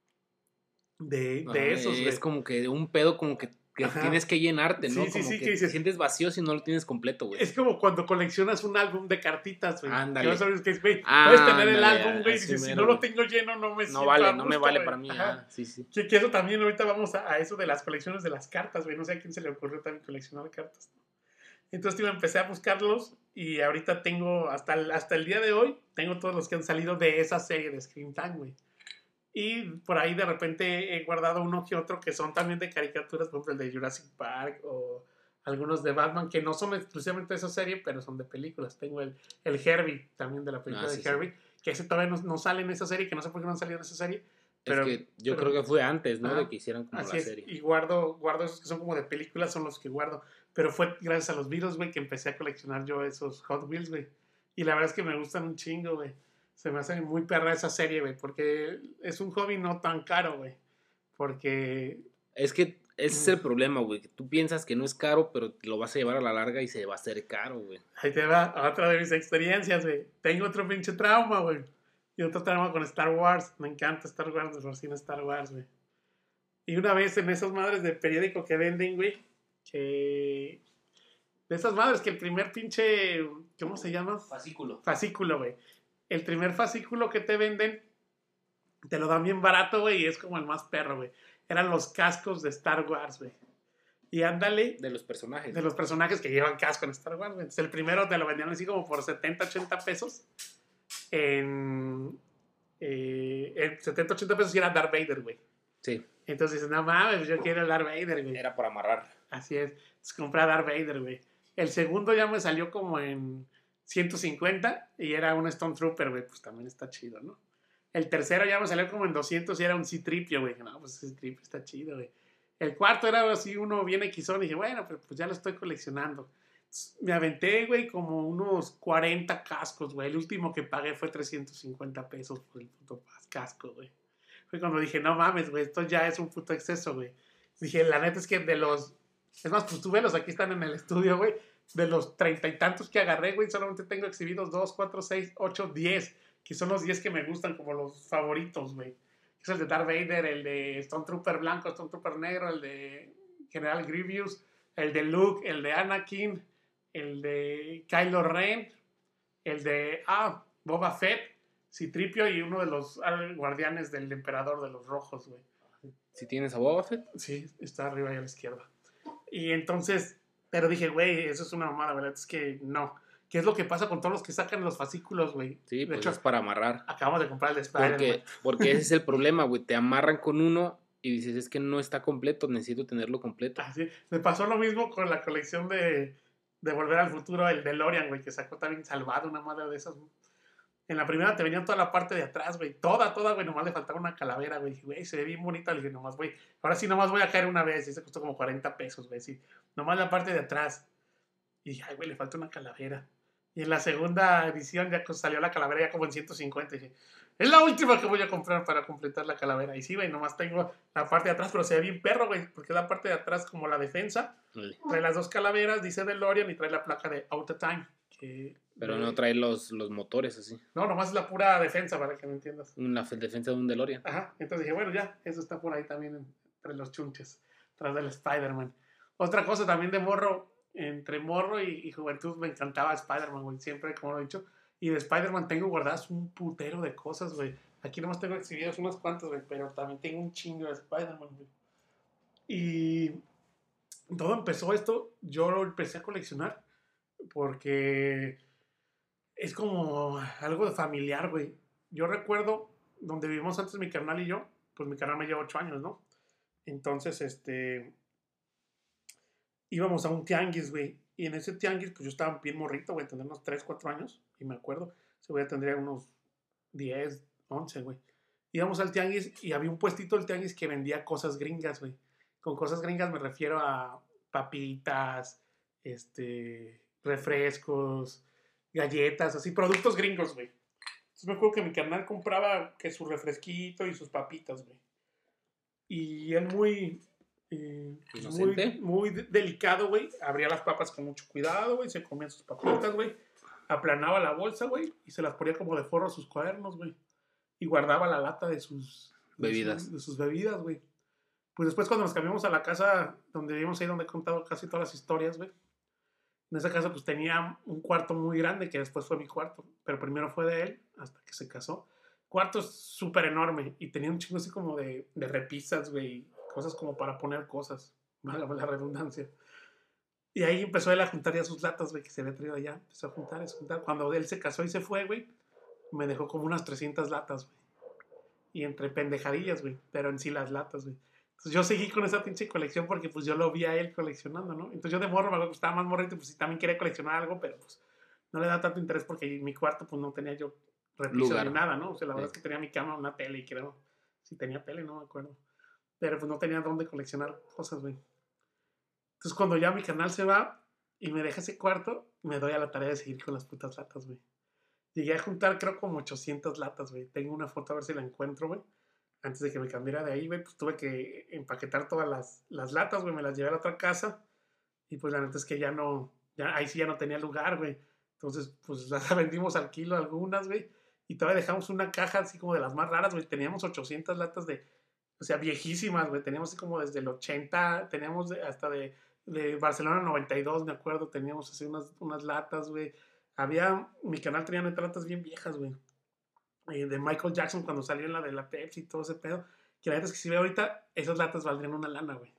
de, de Ajá, esos, güey. es como que un pedo como que, que tienes que llenarte, ¿no? Sí, sí, como sí, que que dices, te sientes vacío si no lo tienes completo, güey. es como cuando coleccionas un álbum de cartitas, güey. Ándale. Que sabes que, güey, Ah, puedes tener el ándale, álbum, güey, y así dices, si mero, no lo güey. tengo lleno, no me siento No vale, a no me gusto, vale güey. para mí. Ajá. Ah, sí, sí. Que, que eso también ahorita vamos a, a eso de las colecciones de las cartas, güey. No sé a quién se le ocurrió también coleccionar cartas. Entonces, tío, empecé a buscarlos y ahorita tengo, hasta el, hasta el día de hoy, tengo todos los que han salido de esa serie de Screen Time, güey. Y por ahí de repente he guardado uno que otro que son también de caricaturas, por ejemplo el de Jurassic Park o algunos de Batman que no son exclusivamente de esa serie, pero son de películas. Tengo el, el Herbie también de la película Ah, de sí, Herbie, sí. que ese todavía no, no sale en esa serie, que no sé por qué no han salido en esa serie. Pero, es que yo pero, creo que fue antes, ¿no? ajá, de que hicieran como así la es. serie. Y guardo, guardo esos que son como de películas, son los que guardo. Pero fue gracias a los virus, güey, que empecé a coleccionar yo esos Hot Wheels, güey. Y la verdad es que me gustan un chingo, güey. Se me hace muy perra esa serie, güey, porque es un hobby no tan caro, güey. Porque... Es que ese es el problema, güey. Que tú piensas que no es caro, pero lo vas a llevar a la larga y se va a hacer caro, güey. Ahí te va otra de mis experiencias, güey. Tengo otro pinche trauma, güey. Y otro trauma con Star Wars. Me encanta Star Wars, me fascina Star Wars, güey. Y una vez en esas madres de periódico que venden, güey, que... De esas madres que el primer pinche... ¿Cómo se llama? Fascículo. Fascículo, güey. El primer fascículo que te venden, te lo dan bien barato, güey, y es como el más perro, güey. Eran los cascos de Star Wars, güey. Y ándale... De los personajes. De los personajes que llevan casco en Star Wars, güey. Entonces el primero te lo vendían así como por setenta, ochenta pesos. En... Eh, en setenta, ochenta pesos y era Darth Vader, güey. Sí. Entonces dices, no mames, yo quiero el Darth Vader, güey. Era para amarrar. Así es. Entonces compré a Darth Vader, güey. El segundo ya me salió como en ciento cincuenta y era un Stormtrooper, güey. Pues también está chido, ¿no? El tercero ya me salió como en doscientos y era un C-Tripio, güey. No, pues ese C-Tripio está chido, güey. El cuarto era así uno bien equisón y dije, bueno, pero pues ya lo estoy coleccionando. Entonces, me aventé, güey, como unos cuarenta cascos, güey. El último que pagué fue trescientos cincuenta pesos por el puto casco, güey. Fue cuando dije, no mames, güey, esto ya es un puto exceso, güey. Dije, la neta es que de los... Es más, pues tú velos, aquí están en el estudio, güey. De los treinta y tantos que agarré, güey, solamente tengo exhibidos dos, cuatro, seis, ocho, diez. Que son los diez que me gustan como los favoritos, güey. Es el de Darth Vader, el de Stormtrooper blanco, Stormtrooper negro, el de General Grievous, el de Luke, el de Anakin, el de Kylo Ren, el de, ah, Boba Fett, C-Tripio y uno de los guardianes del emperador de los rojos, güey. ¿Sí tienes a Boba Fett? Sí, está arriba y a la izquierda. Y entonces, pero dije, güey, eso es una mamada, ¿verdad? Es que no. ¿Qué es lo que pasa con todos los que sacan los fascículos, güey? Sí, de pues hecho, es para amarrar. Acabamos de comprar el de Spider-Man. Porque, porque ese es el problema, güey. Te amarran con uno y dices, es que no está completo, necesito tenerlo completo. Así, me pasó lo mismo con la colección de, de Volver al Futuro, el DeLorean, güey, que sacó también Salvado, una madre de esas. En la primera te venía toda la parte de atrás, güey. Toda, toda, güey. Nomás le faltaba una calavera, güey. Güey, se ve bien bonita. Le dije, nomás, güey. Ahora sí, nomás voy a caer una vez. Y se costó como cuarenta pesos, güey. Sí. Nomás la parte de atrás. Y dije, ay, güey, le falta una calavera. Y en la segunda edición ya salió la calavera ya como en ciento cincuenta. Y dije, es la última que voy a comprar para completar la calavera. Y sí, güey, nomás tengo la parte de atrás. Pero se ve bien perro, güey. Porque la parte de atrás como la defensa. Vale. Trae las dos calaveras, dice DeLorean. Y trae la placa de Out of Time. Que Pero de... no trae los, los motores así. No, nomás es la pura defensa, para que me entiendas. La defensa de un DeLorean. Ajá, entonces dije, bueno, ya, eso está por ahí también entre los chunches, tras del Spider-Man. Otra cosa también de morro, entre morro y, y juventud, me encantaba Spider-Man, güey, siempre, como lo he dicho. Y de Spider-Man tengo guardadas un putero de cosas, güey. Aquí nomás tengo exhibidas unas cuantas, güey, pero también tengo un chingo de Spider-Man, güey. Y todo empezó esto, yo lo empecé a coleccionar porque es como algo de familiar, güey. Yo recuerdo donde vivimos antes mi carnal y yo, pues mi carnal me lleva ocho años, ¿no? Entonces, este, íbamos a un tianguis, güey. Y en ese tianguis, pues yo estaba bien morrito, güey, tendría unos tres, cuatro años. Y me acuerdo, se voy a tendría unos diez, once, güey. íbamos al tianguis y había un puestito del tianguis que vendía cosas gringas, güey. Con cosas gringas me refiero a papitas, este, refrescos, galletas, así, productos gringos, güey. Entonces me acuerdo que mi carnal compraba que su refresquito y sus papitas, güey. Y él muy, eh, pues muy, muy delicado, güey. Abría las papas con mucho cuidado, güey. Se comía sus papitas, güey. Aplanaba la bolsa, güey. Y se las ponía como de forro a sus cuadernos, güey. Y guardaba la lata de sus bebidas. De, su, de sus bebidas, güey. Pues después cuando nos cambiamos a la casa donde vivimos ahí, donde he contado casi todas las historias, güey. En esa casa pues tenía un cuarto muy grande que después fue mi cuarto. Pero primero fue de él hasta que se casó. Cuarto es súper enorme y tenía un chingo así como de, de repisas, güey. Cosas como para poner cosas. Vale la redundancia. Y ahí empezó él a juntar ya sus latas, güey, que se había traído allá. Empezó a juntar, a juntar. Cuando él se casó y se fue, güey, me dejó como unas trescientas latas, güey. Y entre pendejadillas, güey. Pero en sí las latas, güey. Entonces yo seguí con esa pinche colección porque pues yo lo vi a él coleccionando, ¿no? Entonces yo de morro, me gustaba más morrito, pues sí también quería coleccionar algo, pero pues no le da tanto interés porque en mi cuarto pues no tenía yo repisas ni nada, ¿no? O sea, la verdad sí. Es que tenía mi cama, una tele y creo, si tenía tele, no me acuerdo. Pero pues no tenía dónde coleccionar cosas, güey. Entonces cuando ya mi canal se va y me deja ese cuarto, me doy a la tarea de seguir con las putas latas, güey. Llegué a juntar creo como ochocientas latas, güey. Tengo una foto a ver si la encuentro, güey. Antes de que me cambiara de ahí, güey, pues tuve que empaquetar todas las, las latas, güey. Me las llevé a la otra casa. Y pues la neta es que ya no, ya, ahí sí ya no tenía lugar, güey. Entonces, pues las vendimos al kilo algunas, güey. Y todavía dejamos una caja así como de las más raras, güey. Teníamos ochocientas latas de, o sea, viejísimas, güey. Teníamos así como desde el ochenta, teníamos de, hasta de, de Barcelona noventa y dos, me acuerdo. Teníamos así unas, unas latas, güey. Había, mi canal tenía unas latas bien viejas, güey. Eh, de Michael Jackson cuando salió en la de la Pepsi y todo ese pedo. Que la neta es que si veo ahorita, esas latas valdrían una lana, güey.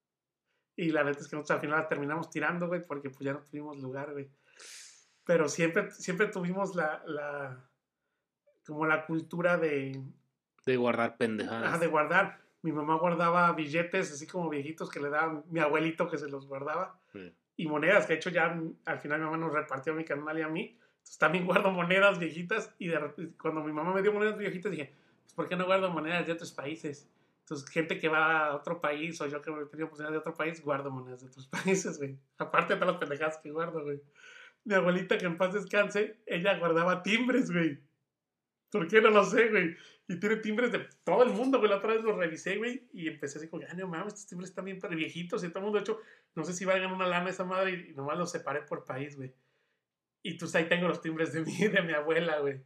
Y la neta es que nosotros al final las terminamos tirando, güey, porque pues ya no tuvimos lugar, güey. Pero siempre, siempre tuvimos la, la, como la cultura de... De guardar pendejadas. Ajá, de guardar. Mi mamá guardaba billetes así como viejitos que le daba mi abuelito que se los guardaba. Sí. Y monedas, que de hecho ya al final mi mamá nos repartió a mi canal y a mí. Entonces también guardo monedas viejitas y de repente, cuando mi mamá me dio monedas viejitas dije, pues ¿por qué no guardo monedas de otros países? Entonces gente que va a otro país o yo que me he tenido oportunidad de otro país, guardo monedas de otros países, güey. Aparte de todas las pendejadas que guardo, güey. Mi abuelita, que en paz descanse, ella guardaba timbres, güey. ¿Por qué? No lo sé, güey. Y tiene timbres de todo el mundo, güey. La otra vez los revisé, güey, y empecé así como, ah, no mames, estos timbres están bien viejitos y todo el mundo, de hecho, no sé si valgan una lana esa madre y nomás los separé por país, güey. Y tú ahí tengo los timbres de mi, de mi abuela, güey.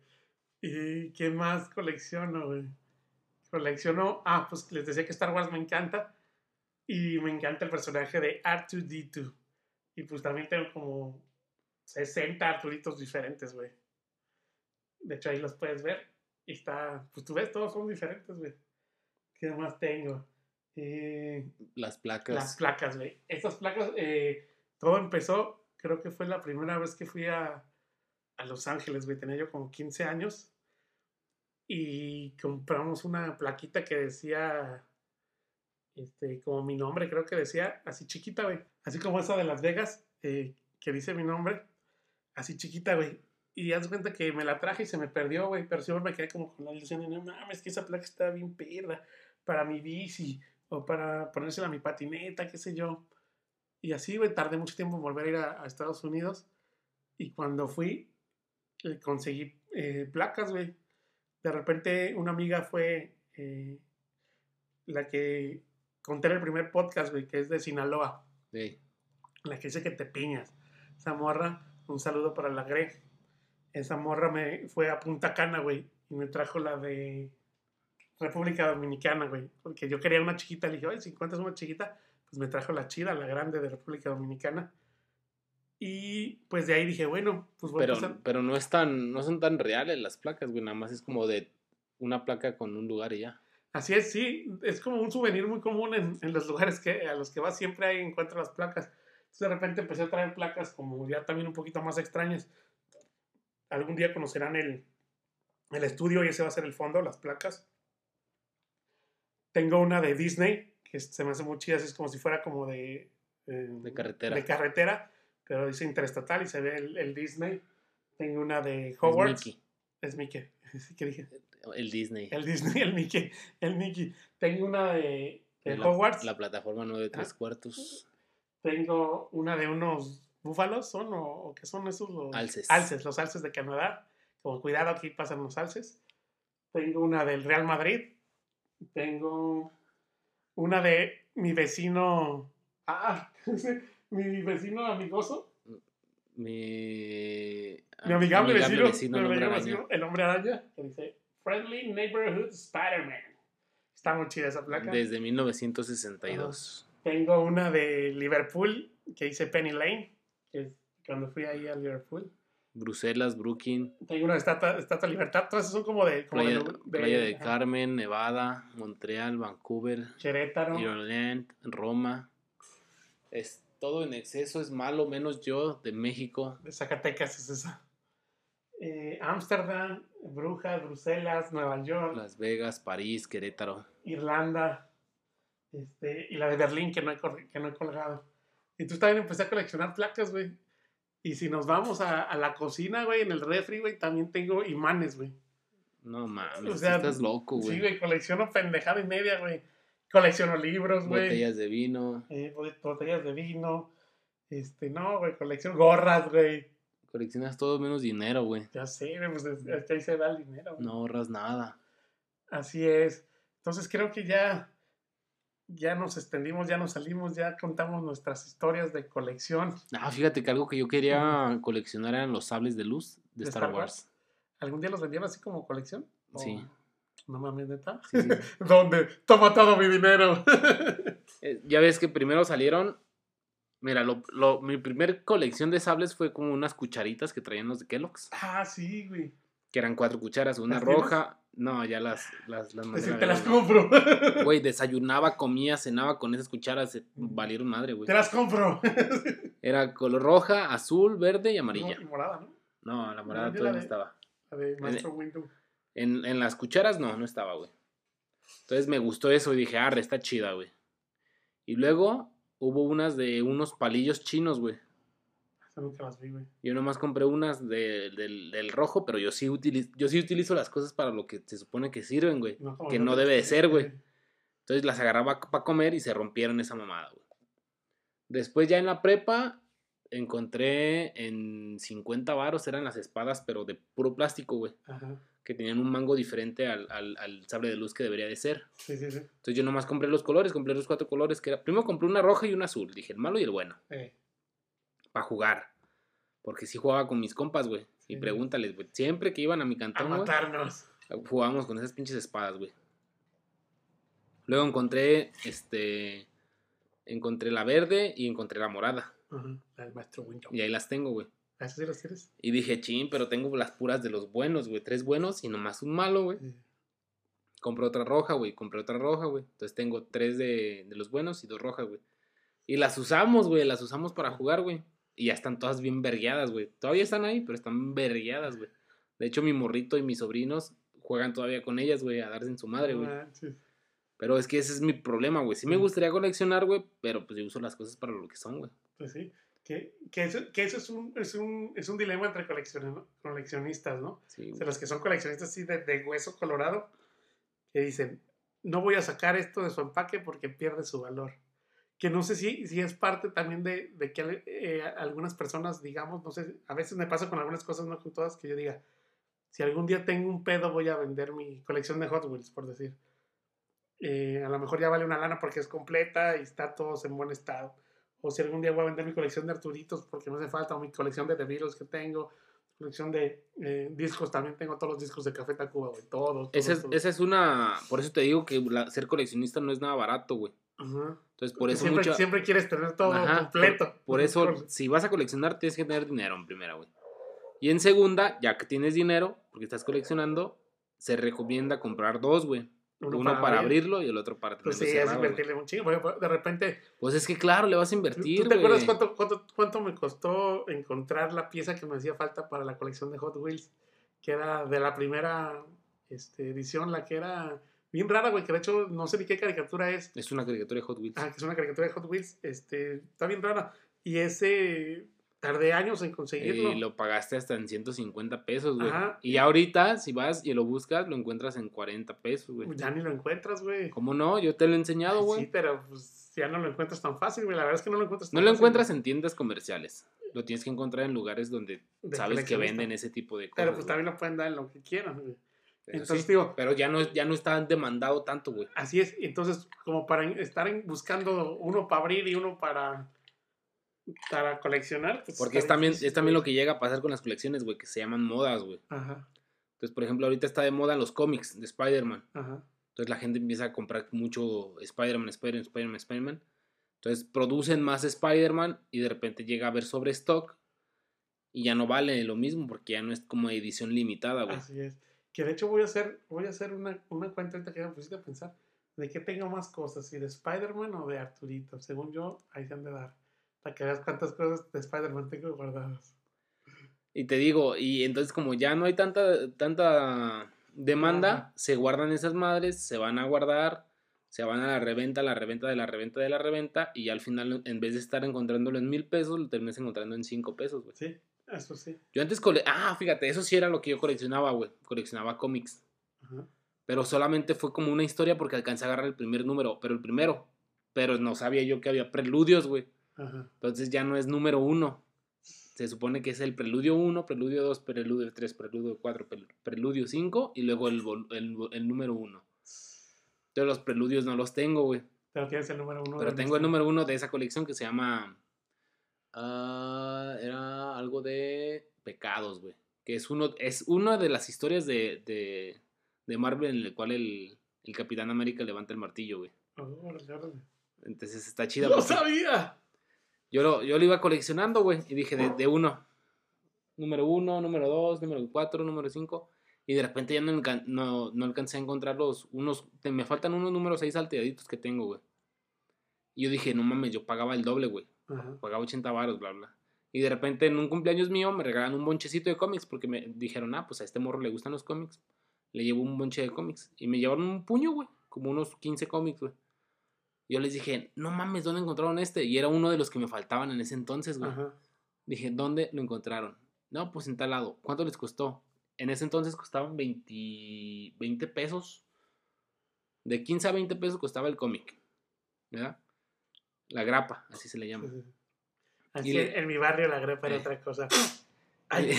¿Y qué más colecciono, güey? Colecciono... Ah, pues les decía que Star Wars me encanta. Y me encanta el personaje de R dos D dos. Y pues también tengo como sesenta Arturitos diferentes, güey. De hecho, ahí los puedes ver. Y está... Pues tú ves, todos son diferentes, güey. ¿Qué más tengo? Eh, las placas. Las placas, güey. Estas placas... Eh, todo empezó... Creo que fue la primera vez que fui a, a Los Ángeles, güey. Tenía yo como quince años. Y compramos una plaquita que decía... Este, como mi nombre, creo que decía, así chiquita, güey. Así como esa de Las Vegas, eh, que dice mi nombre. Así chiquita, güey. Y haz cuenta que me la traje y se me perdió, güey. Pero siempre me quedé como con la ilusión de, no mames, que esa placa está bien perra. Para mi bici. O para ponérsela a mi patineta, qué sé yo. Y así, güey, tardé mucho tiempo en volver a ir a, a Estados Unidos. Y cuando fui, eh, conseguí eh, placas, güey. De repente una amiga fue eh, la que conté en el primer podcast, güey, que es de Sinaloa. Sí. La que dice que te piñas. Esa morra, un saludo para la Greg. Esa morra me fue a Punta Cana, güey, y me trajo la de República Dominicana, güey. Porque yo quería una chiquita. Le dije, oye, si encuentras una chiquita, pues me trajo la chida, la grande de República Dominicana. Y pues de ahí dije, bueno, pues voy pero, a pasar. Pero no es tan, no son tan reales las placas, güey. Nada más es como de una placa con un lugar y ya. Así es, sí. Es como un souvenir muy común en, en los lugares que, a los que vas. Siempre ahí encuentro las placas. Entonces de repente empecé a traer placas como ya también un poquito más extrañas. Algún día conocerán el, el estudio y ese va a ser el fondo, las placas. Tengo una de Disney, que se me hace muy chida, es como si fuera como de... Eh, de carretera. De carretera, pero dice interestatal y se ve el, el Disney. Tengo una de Hogwarts. Es Mickey. Es Mickey. ¿Qué dije? El Disney. El Disney, el Mickey. El Mickey. Tengo una de, de la, Hogwarts. La plataforma nueve de tres Ah. cuartos. Tengo una de unos búfalos, ¿son? ¿O, o qué son esos? Los alces. Alces, los alces de Canadá. Como cuidado, aquí pasan los alces. Tengo una del Real Madrid. Tengo una de mi vecino. Ah, mi vecino amigoso. Mi, mi amigable, amigable vecino, vecino, mi el, hombre amigable vecino el hombre araña, que dice Friendly Neighborhood Spider-Man. Está muy chida esa placa. Desde mil novecientos sesenta y dos. Uh, tengo una de Liverpool que dice Penny Lane, que es cuando fui ahí a Liverpool. Bruselas, Brooklyn. Tengo una Estatua, Estatua Libertad. Todas esas son como de... Como Playa, de, de, Playa de Carmen, Nevada, Montreal, Vancouver, Querétaro, Ireland, Roma. Es todo en exceso, es malo, menos yo, de México. De Zacatecas es esa. Ámsterdam, eh, Brujas, Bruselas, Nueva York. Las Vegas, París, Querétaro. Irlanda. Este, y la de Berlín que no, he, que no he colgado. Y tú también empecé a coleccionar placas, güey. Y si nos vamos a, a la cocina, güey, en el refri, güey, también tengo imanes, güey. No mames, o sea, estás loco, güey. Sí, güey, colecciono pendejada y media, güey. Colecciono libros, güey. Botellas de vino. Eh, botellas de vino. Este, no, güey, colecciono gorras, güey. Coleccionas todo menos dinero, güey. Ya sé, güey, pues es, es que ahí se va el dinero, güey. No ahorras nada. Así es. Entonces creo que ya... Ya nos extendimos, ya nos salimos, ya contamos nuestras historias de colección. Ah, fíjate que algo que yo quería uh-huh. coleccionar eran los sables de luz de, de Star, Star Wars. Wars. ¿Algún día los vendieron así como colección? Sí. ¿O no mames, neta? Sí, sí. ¿Dónde? Toma todo mi dinero. eh, ya ves que primero salieron... Mira, lo, lo, mi primer colección de sables fue como unas cucharitas que traían los de Kellogg's. Ah, sí, güey. Que eran cuatro cucharadas, una roja... Tienes? No, ya las... las, las pues si te las compro. Güey, desayunaba, comía, cenaba con esas cucharas. Se valieron madre, güey. Te las compro. Era color roja, azul, verde y amarilla. No, y morada, ¿no? No, la morada no, todavía no estaba. La de Master Window. En, en las cucharas no, no estaba, güey. Entonces me gustó eso y dije, arre, está chida, güey. Y luego hubo unas de unos palillos chinos, güey. Nunca las vi, güey. Yo nomás compré unas de, de, del rojo, pero yo sí, utilizo, yo sí utilizo las cosas para lo que se supone que sirven, güey. No, que no debe de ser, güey. Entonces las agarraba para comer y se rompieron esa mamada, güey. Después ya en la prepa encontré en cincuenta varos, eran las espadas, pero de puro plástico, güey. Ajá. Que tenían un mango diferente al, al, al sable de luz que debería de ser. Sí, sí, sí. Entonces yo nomás compré los colores, compré los cuatro colores, que era... Primero compré una roja y una azul, dije, el malo y el bueno. Eh. Para jugar. Porque sí jugaba con mis compas, güey. Sí. Y pregúntales, güey. Siempre que iban a mi cantón, a matarnos. Güey, jugábamos con esas pinches espadas, güey. Luego encontré, este... Encontré la verde y encontré la morada. Uh-huh. El Master Window. Y ahí las tengo, güey. ¿Eso sí las tienes? Y dije, chin, pero tengo las puras de los buenos, güey. Tres buenos y nomás un malo, güey. Sí. Compré otra roja, güey. Compré otra roja, güey. Entonces tengo tres de, de los buenos y dos rojas, güey. Y las usamos, güey. Las usamos para jugar, güey. Y ya están todas bien vergueadas, güey. Todavía están ahí, pero están vergueadas, güey. De hecho, mi morrito y mis sobrinos juegan todavía con ellas, güey, a darse en su madre, güey. Ah, sí. Pero es que ese es mi problema, güey. Sí me gustaría coleccionar, güey, pero pues yo uso las cosas para lo que son, güey. Pues sí. Que, que eso, que eso es, un, es, un, es un dilema entre coleccionistas, ¿no? Sí, o sea, los que son coleccionistas así de, de hueso colorado, que dicen, no voy a sacar esto de su empaque porque pierde su valor. Que no sé si, si es parte también de, de que eh, algunas personas, digamos, no sé, a veces me pasa con algunas cosas, no con todas, que yo diga, si algún día tengo un pedo voy a vender mi colección de Hot Wheels, por decir. Eh, a lo mejor ya vale una lana porque es completa y está todos en buen estado. O si algún día voy a vender mi colección de Arturitos porque no hace falta, o mi colección de The Beatles que tengo, colección de eh, discos, también tengo todos los discos de Café Tacuba, güey, todos. todos, esa, es, todos. esa es una, por eso te digo que la, ser coleccionista no es nada barato, güey. Uh-huh. Entonces por eso siempre, mucha... siempre quieres tener todo Ajá, completo. Por, por eso, si vas a coleccionar, tienes que tener dinero en primera, güey. Y en segunda, ya que tienes dinero, porque estás coleccionando, se recomienda comprar dos, güey. Uno, Uno para, para abrir. abrirlo y el otro para tenerlo pues sí, cerrado, es invertirle güey. Un chingo. De repente... Pues es que claro, le vas a invertir, ¿Tú te acuerdas cuánto, cuánto, cuánto me costó encontrar la pieza que me hacía falta para la colección de Hot Wheels? Que era de la primera este, edición, la que era bien rara, güey, que de hecho no sé ni qué caricatura es. Es una caricatura de Hot Wheels. Ah, que es una caricatura de Hot Wheels. Este, está bien rara. Y ese... tardé años en conseguirlo. Y lo pagaste hasta en ciento cincuenta pesos, güey. Ajá. Y ahorita, si vas y lo buscas, lo encuentras en cuarenta pesos, güey. Ya ni lo encuentras, güey. ¿Cómo no? Yo te lo he enseñado, güey. Sí, pero pues ya no lo encuentras tan fácil, güey. La verdad es que no lo encuentras tan No lo fácil, encuentras güey. en tiendas comerciales. Lo tienes que encontrar en lugares donde De sabes que coleccionista. venden ese tipo de cosas. Pero pues güey. también lo pueden dar en lo que quieran, güey. Eso Entonces, sí, digo, pero ya no, es- ya no está demandado tanto, güey. así es. Entonces, como para estar en- buscando uno para abrir y uno para, para coleccionar, pues Porque está es también, difícil, es también lo güey. que llega a pasar con las colecciones, güey, que se llaman modas, güey. Ajá, Entonces, por ejemplo, ahorita está de moda los cómics de Spider-Man. ajá. Entonces la gente empieza a comprar mucho Spider-Man, Spider-Man, Spider-Man, Spider-Man. Entonces producen más Spider-Man y de repente llega a haber sobre stock y ya no vale lo mismo porque ya no es como edición limitada, güey. Así es. Que de hecho voy a hacer, voy a hacer una, una cuenta ahorita que me pusiste a pensar de que tengo más cosas, si de Spider-Man o de Arturito. Según yo, ahí se han de dar. Para que veas cuántas cosas de Spider-Man tengo guardadas. Y te digo, y entonces como ya no hay tanta, tanta demanda, Ajá. se guardan esas madres, se van a guardar, se van a la reventa, la reventa de la reventa de la reventa, y al final, en vez de estar encontrándolo en mil pesos, lo terminas encontrando en cinco pesos, güey. Sí, eso sí. Yo antes, cole ah, fíjate, eso sí era lo que yo coleccionaba, güey. Coleccionaba cómics. Ajá. Pero solamente fue como una historia porque alcancé a agarrar el primer número, pero el primero. Pero no sabía yo que había preludios, güey. Ajá. Entonces ya no es número uno. Se supone que es el preludio uno, preludio dos, preludio tres, preludio cuatro, preludio cinco y luego el, el, el número uno. Entonces los preludios no los tengo, güey. Pero tienes el número uno. Pero de tengo el nuestro- número uno de esa colección que se llama... ah, era algo de pecados, güey. Que es, uno, es una de las historias de, de, de Marvel en el cual el, el Capitán América levanta el martillo, güey. Oh, órale, órale. Entonces está chida. ¡No porque sabía! Yo lo, yo lo iba coleccionando, güey. Y dije, de, de uno. Número uno, número dos, número cuatro, número cinco. Y de repente ya no, alcan- no, no alcancé a encontrar los unos. te- Me faltan unos números seis salteaditos que tengo, güey. Y yo dije, no mames, yo pagaba el doble, güey. Ajá. Pagaba ochenta varos, bla, bla. Y de repente en un cumpleaños mío me regalan un bonchecito de cómics porque me dijeron, ah, pues a este morro le gustan los cómics. Le llevo un bonche de cómics. Y me llevaron un puño, güey. Como unos quince cómics, güey. Yo les dije, no mames, ¿dónde encontraron este? Y era uno de los que me faltaban en ese entonces, güey. Ajá. Dije, ¿dónde lo encontraron? No, pues en tal lado. ¿Cuánto les costó? En ese entonces costaban veinte, veinte pesos. De quince a veinte pesos costaba el cómic. ¿Verdad? La grapa, así se le llama. Sí, sí. Así Y le- en mi barrio la grepa era Eh. otra cosa. Y, Ay.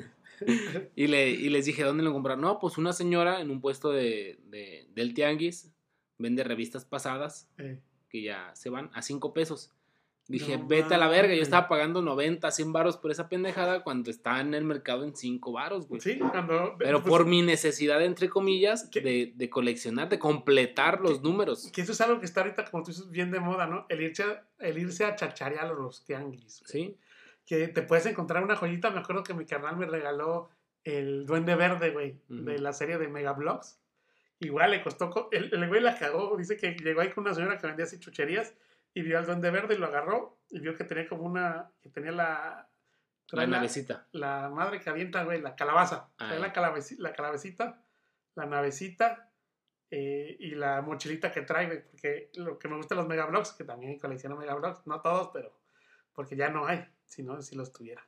y le, y les dije, ¿dónde lo compraron? No, pues una señora en un puesto de, de- del tianguis vende revistas pasadas Eh, que ya se van a cinco pesos. Dije, No vete a la verga. Yo mames. estaba pagando noventa, cien varos por esa pendejada cuando está en el mercado en cinco varos, güey. sí, cuando. Pero pues, por mi necesidad, entre comillas, ¿Qué? de, de coleccionar, de completar los números. Que eso es algo que está ahorita, como tú dices, bien de moda, ¿no? El irse a, el irse a chacharear a los tianguis. güey. ¿Sí? Que te puedes encontrar una joyita. Me acuerdo que mi carnal me regaló el Duende Verde, güey, Ujú. de la serie de Megablogs. Igual le costó. co- El, el güey la cagó. Dice que llegó ahí con una señora que vendía así chucherías y vio al Duende Verde y lo agarró y vio que tenía como una. Que tenía la. La trae navecita. La madre que avienta, güey, la calabaza. Ah, Trae ya. la, calabeci- la calabecita, la navecita eh, y la mochilita que trae, güey. Porque lo que me gusta de los Megablogs, que también colecciono Megablogs, no todos, pero porque ya no hay, si no, si los tuviera.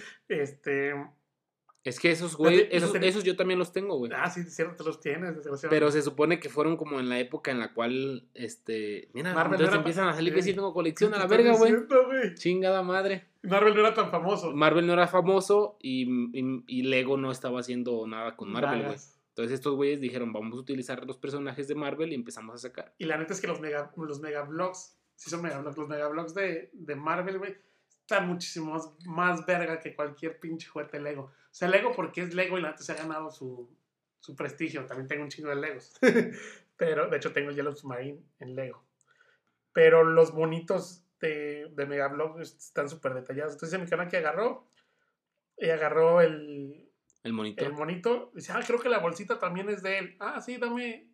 este. Es que esos, güey, Los de- esos, los de- esos yo también los tengo, güey. Ah, sí, cierto, te los tienes, desgraciadamente. Pero se supone que fueron como en la época en la cual, este... Mira, Marvel entonces no era empiezan pa- a salir que sí. sí tengo colección a la Te estoy verga, güey. diciendo, güey. Chingada madre. Marvel no era tan famoso. Marvel no era famoso y, y, y Lego no estaba haciendo nada con Marvel, güey. Vagas. Entonces estos güeyes dijeron, vamos a utilizar los personajes de Marvel y empezamos a sacar. Y la neta es que los mega, los megablogs, sí son megablogs, los megablogs de, de Marvel, güey, están muchísimo más, más verga que cualquier pinche juguete Lego. O sea, Lego porque es Lego y la neta se ha ganado su, su prestigio. También tengo un chingo de Legos. Pero, de hecho, tengo el Yellow Submarine en Lego. Pero los bonitos de, de Megablog están súper detallados. Entonces, mi canal que agarró, y agarró el, El monito. el monito. Dice, ah, creo que la bolsita también es de él. Ah, sí, dame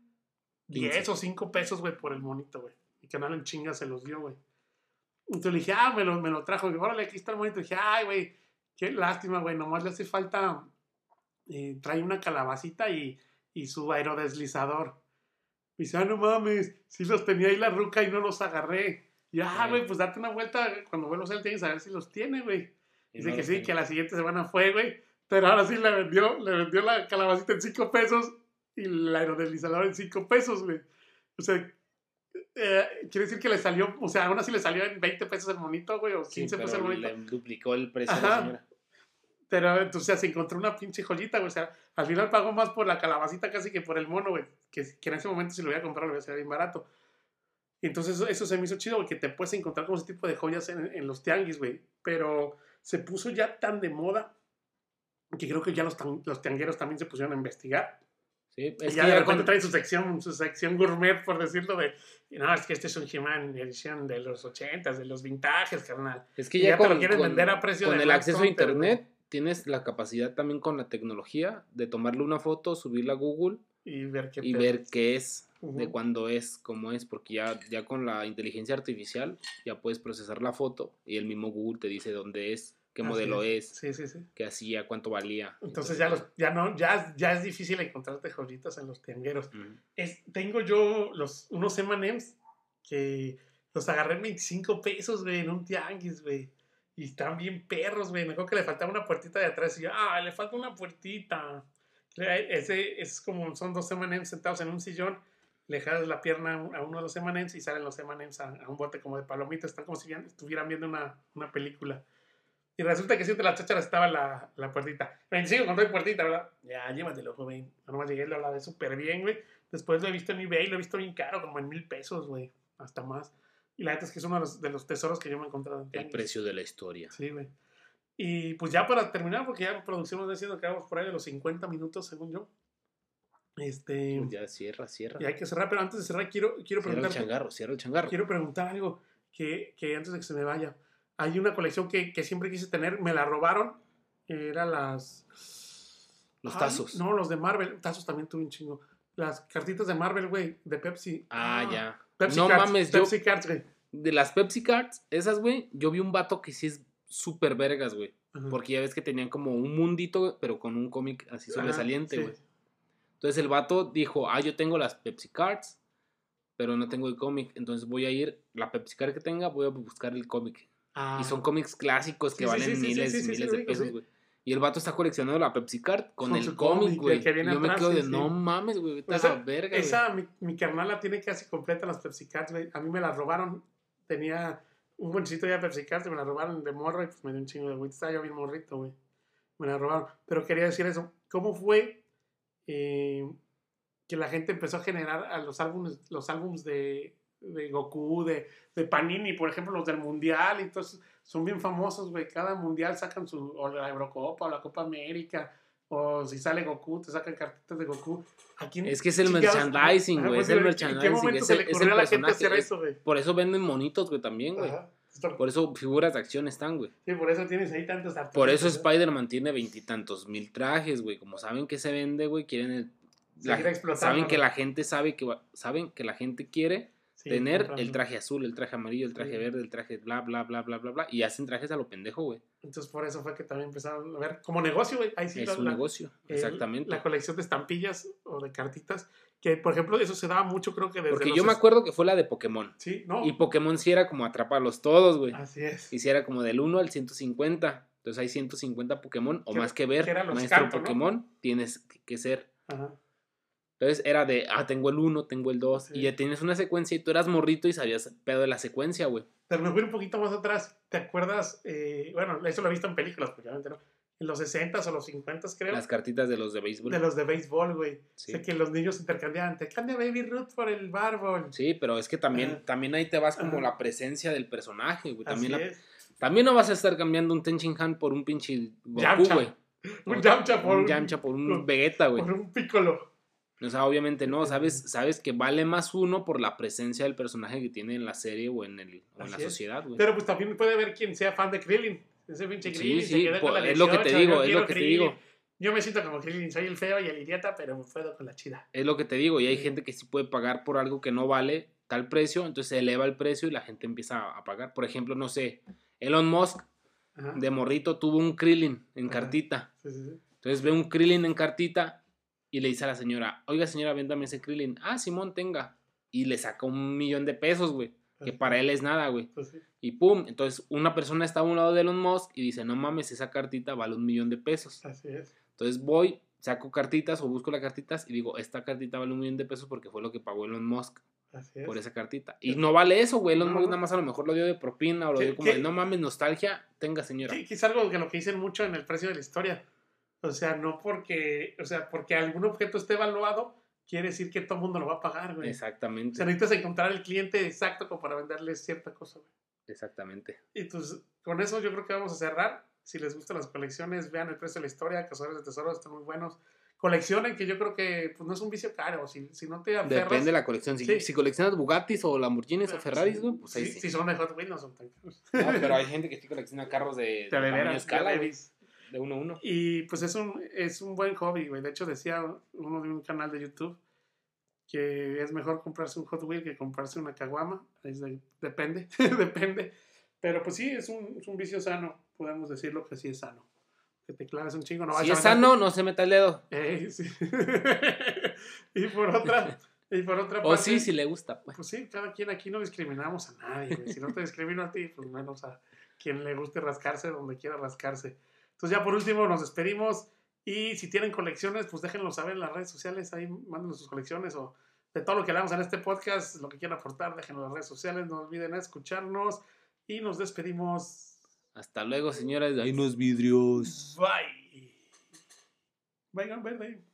diez quince. o cinco pesos, güey, por el monito, güey. Mi canal en chinga se los dio, güey. Entonces le dije, ah, me lo, me lo trajo. Y dije, órale, aquí está el monito. Y dije, ay, güey, qué lástima, güey. Nomás le hace falta. Eh, trae una calabacita y, y su aerodeslizador. Y dice, ah, no mames, sí los tenía ahí la ruca y no los agarré. Ya, Sí. güey, pues date una vuelta cuando vuelvas al tianguis a ver si los tiene, güey. Y Dice no que los sí, tenía. que la siguiente semana fue, güey. Pero ahora sí le vendió, le vendió la calabacita en cinco pesos y el aerodelizador en cinco pesos, güey. O sea, eh, quiere decir que le salió, o sea, aún así le salió en veinte pesos el monito, güey, o Sí, quince pesos el pero monito. le duplicó el precio a la Ajá. señora. Pero entonces se encontró una pinche joyita, güey. O sea, al final pagó más por la calabacita casi que por el mono, güey. Que, que en ese momento si lo iba a comprar lo iba a ser bien barato. Y entonces eso, eso se me hizo chido, güey, que te puedes encontrar con ese tipo de joyas en, en los tianguis, güey. Pero se puso ya tan de moda que creo que ya los, tan, los tiangueros también se pusieron a investigar. Sí, Y es ya que de ya repente cuando, traen su sección, su sección gourmet, por decirlo, de, no, es que este es un He-Man edición de los ochentas, de los vintajes, carnal. es que Y ya, ya te con, lo quieren con- vender a precio con de el Black acceso a Hunter, güey. internet tienes la capacidad también con la tecnología de tomarle una foto, subirla a Google Y ver qué y pedo. ver qué es, Ujú. de cuándo es, cómo es, porque ya, ya con la inteligencia artificial ya puedes procesar la foto y el mismo Google te dice dónde es, qué Así modelo es, Sí, sí, sí. qué hacía, cuánto valía. Entonces ya los, ya no, ya, ya es difícil encontrarte joyitas en los tiangueros. Ujú. Es, tengo yo los, unos eme and eme's que los agarré en veinticinco pesos, güey, en un tianguis, güey. Y están bien perros, güey. Me acuerdo que le faltaba una puertita de atrás y yo, ah, le falta una puertita. Ese es como, son dos eme and eme's sentados en un sillón. Le jalas la pierna a uno de los eme and eme's y salen los eme and eme's a, a un bote como de palomitas. Están como si bien- estuvieran viendo una, una película. Y resulta que sí, entre las chácharas estaba la, la puertita. veinticinco con toda puertita, ¿verdad? Ya, llévatelo, joven. Nomás llegué, lo lavé súper bien, güey. Después lo he visto en eBay, lo he visto bien caro, como en mil pesos, güey. Hasta más. Y la neta es que es uno de los, de los tesoros que yo me he encontrado en El tianguis. precio de la historia. Sí, güey. Y pues ya para terminar, porque ya en producción nos diciendo que vamos por ahí de los cincuenta minutos, según yo. Este. Pues ya cierra, cierra. Y hay que cerrar, pero antes de cerrar, quiero, quiero Cierra el preguntarte. changarro, cierra el changarro. Quiero preguntar algo que, que antes de que se me vaya. Hay una colección que, que siempre quise tener, me la robaron. Era las. Los Ay, tazos. No, los de Marvel. Tazos también tuve un chingo. Las cartitas de Marvel, güey, de Pepsi. Ah, ya. Pepsi No Cards, mames, yo- Pepsi Cards, güey. De las Pepsi Cards, esas, güey, yo vi un vato que sí es súper vergas, güey. Ajá. Porque ya ves que tenían como un mundito, güey, pero con un cómic así Ajá, sobresaliente, sí. güey. Entonces el vato dijo, ah, yo tengo las Pepsi Cards, pero no tengo el cómic. Entonces voy a ir, la Pepsi Card que tenga, voy a buscar el cómic. Ah, Y son cómics clásicos que Sí, sí, valen sí, sí, miles sí, y sí, sí, miles sí, de ubico, pesos, sí. güey. Y el vato está coleccionando la Pepsi Card con, Con el su cómic, cómic, güey. el que viene Y yo me atrás, quedo sí, de, sí. no mames, güey, vete a Esa, la verga, güey. esa mi, mi carnal la tiene casi completa las Pepsi Cards, güey. A mí me la robaron. Tenía un bolsito ya de Pepsi Cards y me la robaron de morro y pues me dio un chingo de güey. Estaba yo bien morrito, güey. Me la robaron. Pero quería decir eso. ¿Cómo fue eh, que la gente empezó a generar a los álbumes, los álbumes de, de Goku, de, de Panini, por ejemplo, los del Mundial? Y entonces son bien famosos, güey. Cada Mundial sacan su, o la Eurocopa, o la Copa América. O si sale Goku, te sacan cartitas de Goku. ¿A quién Es que es el chingados? merchandising, Ajá, güey, pues, es el ¿en qué- merchandising, ¿En qué momento es se el- le es el ocurrió a la gente personaje, hacer es- eso, güey? Por eso venden monitos, güey, también, güey. Ajá. Por eso figuras de acción están, güey. Sí, por eso tienes ahí tantos artistas. Por eso ¿no? Spider-Man tiene veintitantos mil trajes, güey. Como saben que se vende, güey, quieren el- la- Seguir explotando, saben que ¿no? la gente sabe que va- saben que la gente quiere Sí, tener comprando. el traje azul, el traje amarillo, el traje Sí. verde, el traje bla bla bla bla bla bla y hacen trajes a lo pendejo, güey. Entonces por eso fue que también empezaron a ver como negocio, güey. Ahí sí Es la- un la- negocio, el- exactamente. La colección de estampillas o de cartitas, que por ejemplo eso se daba mucho creo que desde Porque los yo me es- acuerdo que fue la de Pokémon. Sí, no. Y Pokémon sí era como atraparlos todos, güey. Así es. Y si era como del uno al ciento cincuenta. Entonces hay ciento cincuenta Pokémon o Que- más que ver. que eran los Maestro canto, ¿no? Pokémon tienes que- que ser. Ajá. Entonces era de, ah, tengo el uno, tengo el dos. Sí. Y ya tienes una secuencia y tú eras morrito y sabías pedo de la secuencia, güey. Pero me voy un poquito más atrás. ¿Te acuerdas? Eh, bueno, eso lo he visto en películas, porque obviamente no. En los sesentas o los cincuentas, creo. Las cartitas de los de béisbol. De los de béisbol, güey. Sí. Sé que los niños intercambiaban. Te cambia Baby Ruth por el Bárbol. Sí, pero es que también, Ajá. también ahí te vas como Ajá. la presencia del personaje, güey. También, Así la- es. también no vas a estar cambiando un Tenchin Han por un pinche Goku, Yamcha. güey. Un Yamcha por un un, Yamcha por un por- Vegeta, güey. por un Piccolo. O sea, obviamente no, sabes, sabes que vale más uno por la presencia del personaje que tiene en la serie o en, el, o en la Así es. sociedad, güey. Pero pues también puede haber quien sea fan de Krillin. Ese pinche Sí, Krillin. se sí, quedó con pues, la es lo que te dieciocho, digo, yo es quiero lo que te Krillin. digo. Yo me siento como Krillin, soy el feo y el idiota, pero me puedo con la chida. Es lo que te digo, y hay Sí. gente que sí puede pagar por algo que no vale tal precio, entonces se eleva el precio y la gente empieza a pagar. Por ejemplo, no sé, Elon Musk Ajá. de morrito tuvo un Krillin en Ajá. cartita. Sí, sí, sí. Entonces ve un Krillin en cartita y le dice a la señora, oiga señora, véndame ese Krillin. Ah, Simón, tenga. Y le saca un millón de pesos, güey. que Ajá. para él es nada, güey. Pues sí. Y pum, entonces una persona está a un lado de Elon Musk y dice, no mames, esa cartita vale un millón de pesos. Así es. Entonces voy, saco cartitas o busco las cartitas y digo, esta cartita vale un millón de pesos porque fue lo que pagó Elon Musk Así es. por esa cartita. Y no vale eso, güey. Elon No, Musk no. nada más a lo mejor lo dio de propina o lo ¿Qué- dio como qué? de, no mames, nostalgia, tenga señora. Que, que es algo que lo que dicen mucho en el precio de la historia. O sea, no porque, o sea, porque algún objeto esté evaluado, quiere decir que todo el mundo lo va a pagar, güey. O Exactamente, sea, necesitas encontrar el cliente exacto como para venderle cierta cosa, güey. exactamente. Y pues con eso yo creo que vamos a cerrar. Si les gustan las colecciones, vean el precio de la historia, Cazadores de Tesoros están muy buenos. Coleccionen, que yo creo que pues, no es un vicio caro. Si, si no te aferras... Depende de la colección. Si, Sí. si coleccionas Bugattis o Lamborghinis o Pues, Ferraris, güey, pues ahí sí, sí. Si son de Hot Wheels, no son tan caros. No, pero hay gente que sí colecciona carros de, de De tamaño veras, escala, de güey, veras. de uno a uno. Y pues es un, es un buen hobby, güey. De hecho, decía uno de un canal de YouTube que es mejor comprarse un Hot Wheel que comprarse una caguama. Es de- depende, depende. Pero pues sí, es un, es un vicio sano. Podemos decirlo que sí es sano. Que te claves un chingo. No Si vayas es a vender- sano, no se meta el dedo. Eh, sí. y por otra, y por otra O parte, sí, si le gusta, pues. pues sí, cada quien aquí no discriminamos a nadie, güey. Si no te discrimino a ti, pues menos a quien le guste rascarse donde quiera rascarse. Entonces ya por último nos despedimos y si tienen colecciones, pues déjenlo saber en las redes sociales, ahí mándenos sus colecciones o de todo lo que hablamos en este podcast, lo que quieran aportar, déjenlo en las redes sociales, no olviden escucharnos y nos despedimos. Hasta luego, señoras. Hay unos vidrios. Bye. Vengan, verde.